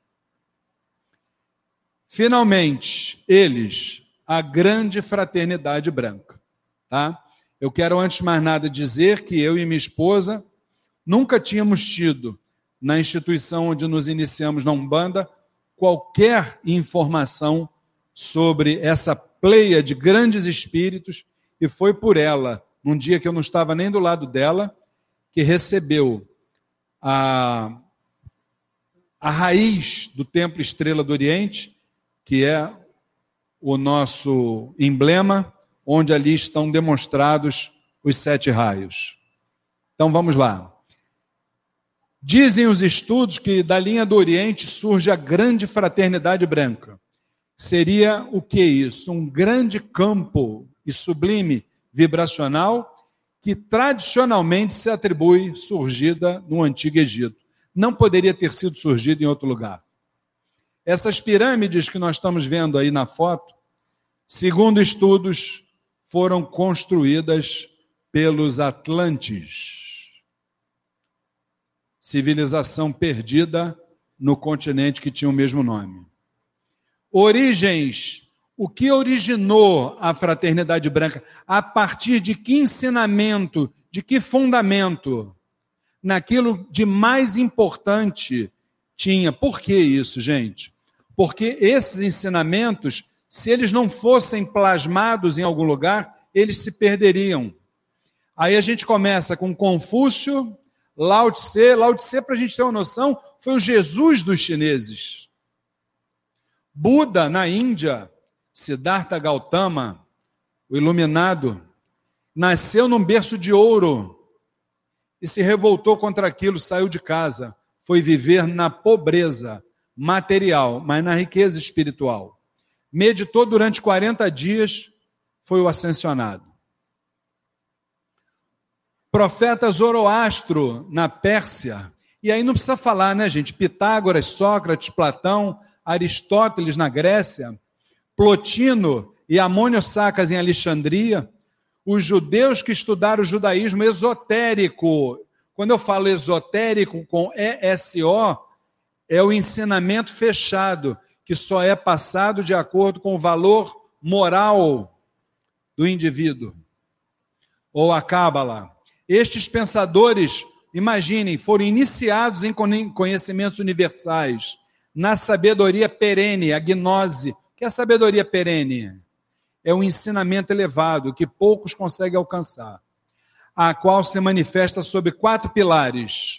Finalmente, eles, a grande fraternidade branca. Tá? Eu quero, antes de mais nada, dizer que eu e minha esposa nunca tínhamos tido, na instituição onde nos iniciamos na Umbanda, qualquer informação sobre essa pleia de grandes espíritos, e foi por ela, num dia que eu não estava nem do lado dela, que recebeu a, a raiz do Templo Estrela do Oriente, que é o nosso emblema, onde ali estão demonstrados os sete raios. Então vamos lá. Dizem os estudos que da linha do Oriente surge a grande fraternidade branca. Seria o que isso? Um grande campo e sublime vibracional que tradicionalmente se atribui surgida no Antigo Egito. Não poderia ter sido surgida em outro lugar. Essas pirâmides que nós estamos vendo aí na foto, segundo estudos, foram construídas pelos Atlantes. Civilização perdida no continente que tinha o mesmo nome. Origens. O que originou a Fraternidade Branca? A partir de que ensinamento, de que fundamento? Naquilo de mais importante tinha. Por que isso, gente? Porque esses ensinamentos, se eles não fossem plasmados em algum lugar, eles se perderiam. Aí a gente começa com Confúcio, Lao Tse. Lao Tse, para a gente ter uma noção, foi o Jesus dos chineses. Buda, na Índia, Siddhartha Gautama, o iluminado, nasceu num berço de ouro e se revoltou contra aquilo, saiu de casa, foi viver na pobreza material, mas na riqueza espiritual. Meditou durante quarenta dias, foi o ascensionado. Profeta Zoroastro, na Pérsia, e aí não precisa falar, né, gente? Pitágoras, Sócrates, Platão, Aristóteles na Grécia, Plotino e Amônio Sacas em Alexandria, os judeus que estudaram o judaísmo esotérico. Quando eu falo esotérico com E S O, é o ensinamento fechado, que só é passado de acordo com o valor moral do indivíduo. Ou a Cábala. Estes pensadores, imaginem, foram iniciados em conhecimentos universais, na sabedoria perene, a gnose. O que é a sabedoria perene? É um ensinamento elevado que poucos conseguem alcançar, a qual se manifesta sob quatro pilares: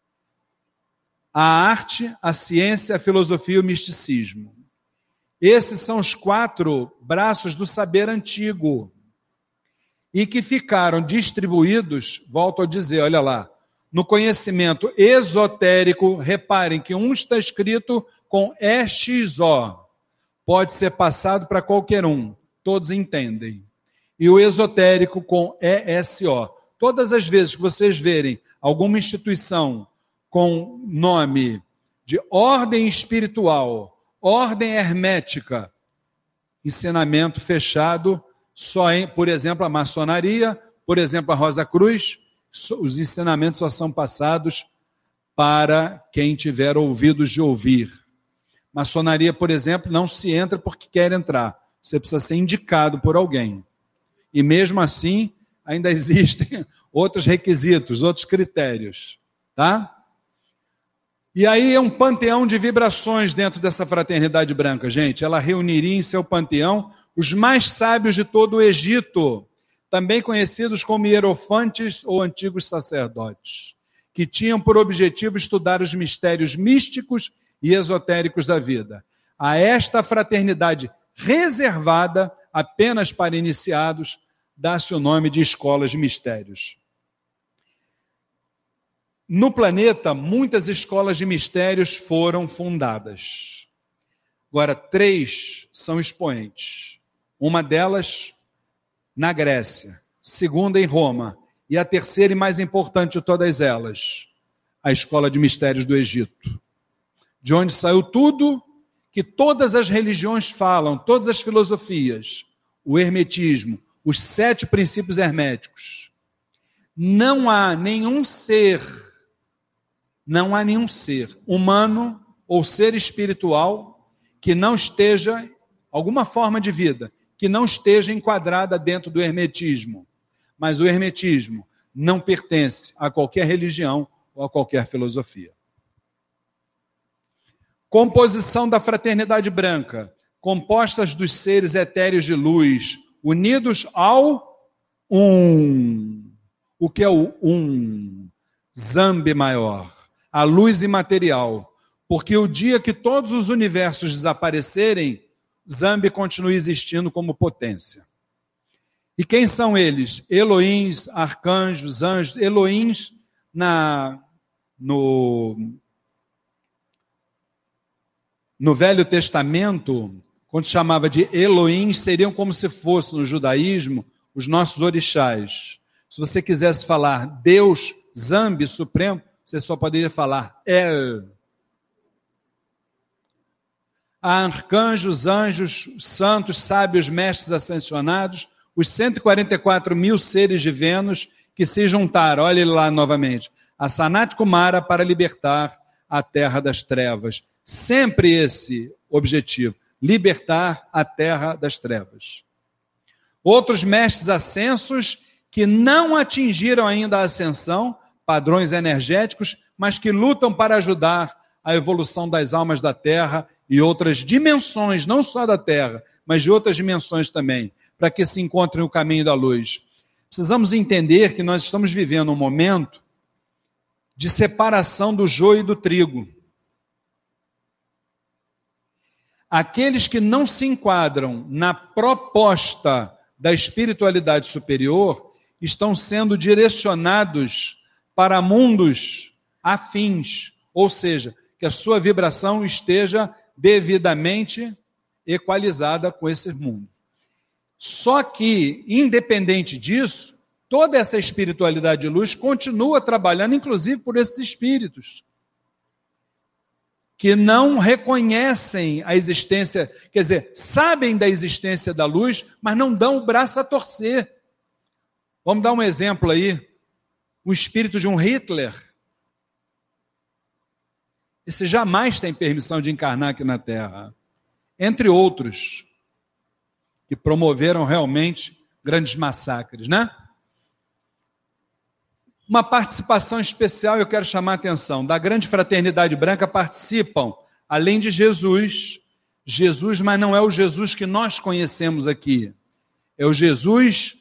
a arte, a ciência, a filosofia e o misticismo. Esses são os quatro braços do saber antigo e que ficaram distribuídos, volto a dizer, olha lá, no conhecimento esotérico. Reparem que um está escrito com E X O, pode ser passado para qualquer um, todos entendem. E o esotérico com E S O. Todas as vezes que vocês verem alguma instituição com nome de ordem espiritual, ordem hermética, ensinamento fechado, só em, por exemplo, a maçonaria, por exemplo, a Rosa Cruz, os ensinamentos só são passados para quem tiver ouvidos de ouvir. Maçonaria, por exemplo, não se entra porque quer entrar. Você precisa ser indicado por alguém. E mesmo assim, ainda existem outros requisitos, outros critérios. Tá? E aí é um panteão de vibrações dentro dessa Fraternidade Branca, gente. Ela reuniria em seu panteão os mais sábios de todo o Egito, também conhecidos como hierofantes ou antigos sacerdotes, que tinham por objetivo estudar os mistérios místicos e esotéricos da vida. A esta fraternidade reservada apenas para iniciados, dá-se o nome de escolas de mistérios. No planeta, muitas escolas de mistérios foram fundadas. Agora, três são expoentes. Uma delas na Grécia, segunda em Roma, e a terceira e mais importante de todas elas, a Escola de Mistérios do Egito, de onde saiu tudo que todas as religiões falam, todas as filosofias, o hermetismo, os sete princípios herméticos. Não há nenhum ser, não há nenhum ser humano ou ser espiritual que não esteja, alguma forma de vida, que não esteja enquadrada dentro do hermetismo. Mas o hermetismo não pertence a qualquer religião ou a qualquer filosofia. Composição da Fraternidade Branca, compostas dos seres etéreos de luz, unidos ao Um. O que é o Um? Zambi maior, a luz imaterial. Porque o dia que todos os universos desaparecerem, Zambi continua existindo como potência. E quem são eles? Elohims, arcanjos, anjos. Elohims, na, no, no Velho Testamento, quando chamava de Elohim, seriam como se fossem no judaísmo os nossos orixás. Se você quisesse falar Deus, Zambi, Supremo, você só poderia falar El. Há arcanjos, anjos, santos, sábios, mestres ascensionados, os cento e quarenta e quatro mil seres de Vênus que se juntaram, olha ele lá novamente, a Sanat Kumara para libertar a terra das trevas. Sempre esse objetivo, libertar a terra das trevas. Outros mestres ascensos que não atingiram ainda a ascensão, padrões energéticos, mas que lutam para ajudar a evolução das almas da terra e outras dimensões, não só da terra, mas de outras dimensões também, para que se encontrem o caminho da luz. Precisamos entender que nós estamos vivendo um momento de separação do joio e do trigo. Aqueles que não se enquadram na proposta da espiritualidade superior estão sendo direcionados para mundos afins, ou seja, que a sua vibração esteja devidamente equalizada com esse mundo. Só que, independente disso, toda essa espiritualidade de luz continua trabalhando, inclusive por esses espíritos, que não reconhecem a existência, quer dizer, sabem da existência da luz, mas não dão o braço a torcer. Vamos dar um exemplo aí, o espírito de um Hitler. Esse jamais tem permissão de encarnar aqui na Terra, entre outros, que promoveram realmente grandes massacres, né? Uma participação especial, eu quero chamar a atenção, da Grande Fraternidade Branca participam, além de Jesus, Jesus, mas não é o Jesus que nós conhecemos aqui, é o Jesus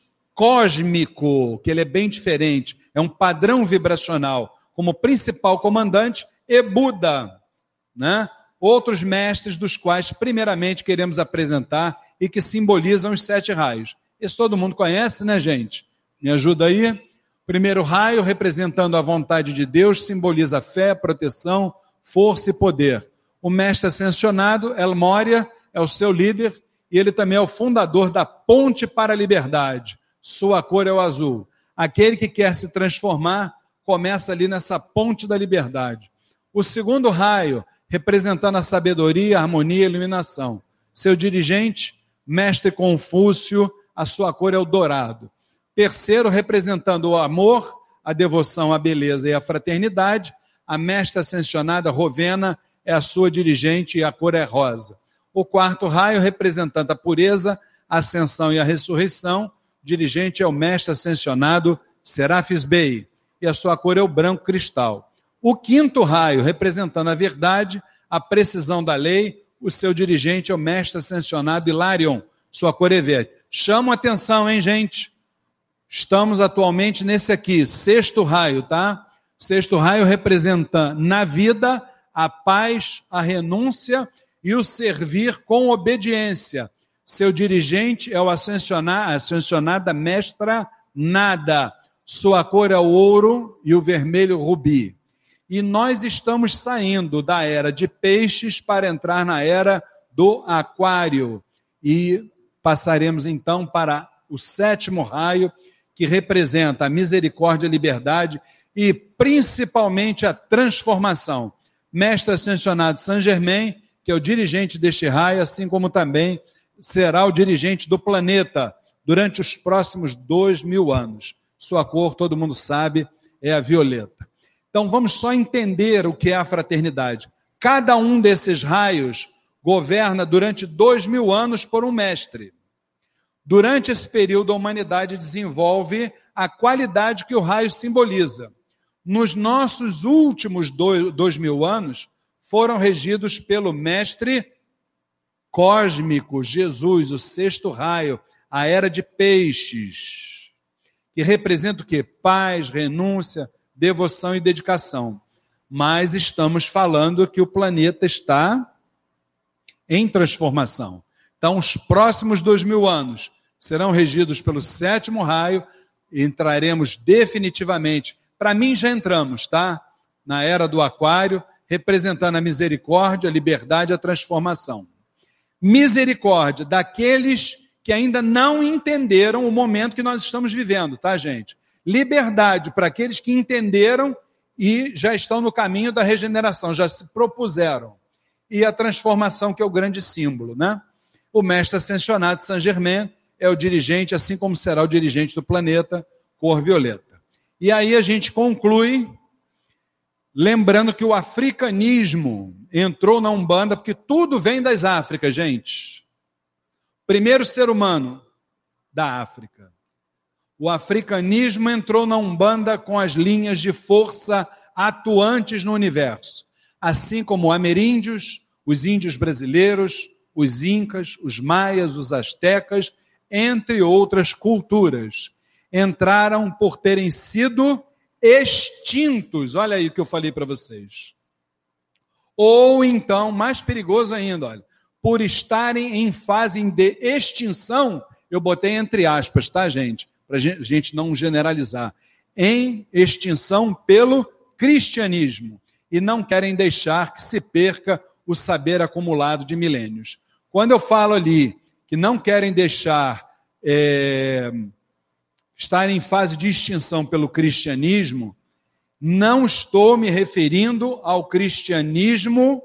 cósmico, que ele é bem diferente, é um padrão vibracional, como principal comandante, e Buda, né? Outros mestres dos quais primeiramente queremos apresentar e que simbolizam os sete raios. Esse todo mundo conhece, né, gente? Me ajuda aí? Primeiro raio, representando a vontade de Deus, simboliza fé, proteção, força e poder. O mestre ascensionado, El Moria, é o seu líder e ele também é o fundador da Ponte para a Liberdade. Sua cor é o azul. Aquele que quer se transformar, começa ali nessa ponte da liberdade. O segundo raio, representando a sabedoria, a harmonia e a iluminação. Seu dirigente, Mestre Confúcio, a sua cor é o dourado. Terceiro, representando o amor, a devoção, a beleza e a fraternidade, a mestra ascensionada Rovena é a sua dirigente e a cor é rosa. O quarto raio, representando a pureza, a ascensão e a ressurreição, dirigente é o mestre ascensionado Serafis Bey e a sua cor é o branco cristal. O quinto raio, representando a verdade, a precisão da lei, o seu dirigente é o mestre ascensionado Hilarion, sua cor é verde. Chamo a atenção, hein, gente? Estamos atualmente nesse aqui, sexto raio, tá? Sexto raio representa na vida a paz, a renúncia e o servir com obediência. Seu dirigente é o ascensionada, ascensionada mestra Nada. Sua cor é o ouro e o vermelho rubi. E nós estamos saindo da era de peixes para entrar na era do aquário. E passaremos então para o sétimo raio, que representa a misericórdia, a liberdade e principalmente a transformação. Mestre ascensionado Saint Germain, que é o dirigente deste raio, assim como também será o dirigente do planeta durante os próximos dois mil anos. Sua cor, todo mundo sabe, é a violeta. Então vamos só entender o que é a fraternidade. Cada um desses raios governa durante dois mil anos por um mestre. Durante esse período, a humanidade desenvolve a qualidade que o raio simboliza. Nos nossos últimos dois, dois mil anos, foram regidos pelo mestre cósmico, Jesus, o sexto raio, a era de peixes, que representa o quê? Paz, renúncia, devoção e dedicação. Mas estamos falando que o planeta está em transformação. Então, os próximos dois mil anos serão regidos pelo sétimo raio e entraremos definitivamente. Para mim, já entramos, tá? Na era do aquário, representando a misericórdia, a liberdade e a transformação. Misericórdia daqueles que ainda não entenderam o momento que nós estamos vivendo, tá, gente? liberdade para aqueles que entenderam e já estão no caminho da regeneração, já se propuseram. E a transformação, que é o grande símbolo, né? O mestre ascensionado Saint-Germain é o dirigente, assim como será o dirigente do planeta, cor violeta. E aí a gente conclui, lembrando que o africanismo entrou na Umbanda, porque tudo vem das Áfricas, gente. Primeiro ser humano da África. O africanismo entrou na Umbanda com as linhas de força atuantes no universo, assim como ameríndios, os índios brasileiros, os incas, os maias, os astecas, entre outras culturas, entraram por terem sido extintos. Olha aí o que eu falei para vocês. Ou então, mais perigoso ainda, olha, por estarem em fase de extinção, eu botei entre aspas, tá, gente? Para a gente não generalizar, em extinção pelo cristianismo, e não querem deixar que se perca o saber acumulado de milênios. Quando eu falo ali que não querem deixar é, estar em fase de extinção pelo cristianismo, não estou me referindo ao cristianismo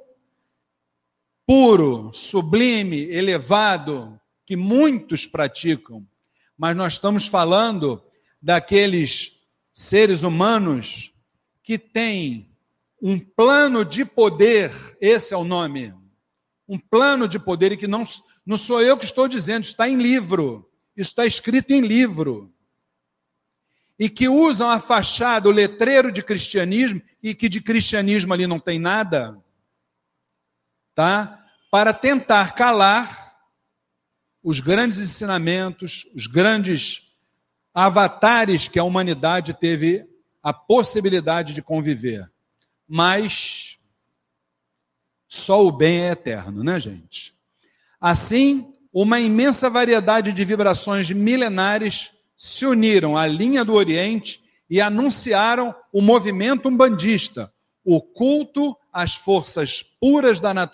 puro, sublime, elevado, que muitos praticam, mas nós estamos falando daqueles seres humanos que têm um plano de poder, esse é o nome, um plano de poder, e que não, não sou eu que estou dizendo, está em livro, isso está escrito em livro, e que usam a fachada, o letreiro de cristianismo, e que de cristianismo ali não tem nada, tá? Para tentar calar os grandes ensinamentos, os grandes avatares que a humanidade teve a possibilidade de conviver. Mas só o bem é eterno, né, gente? Assim, uma imensa variedade de vibrações milenares se uniram à linha do Oriente e anunciaram o movimento umbandista, o culto às forças puras da natureza,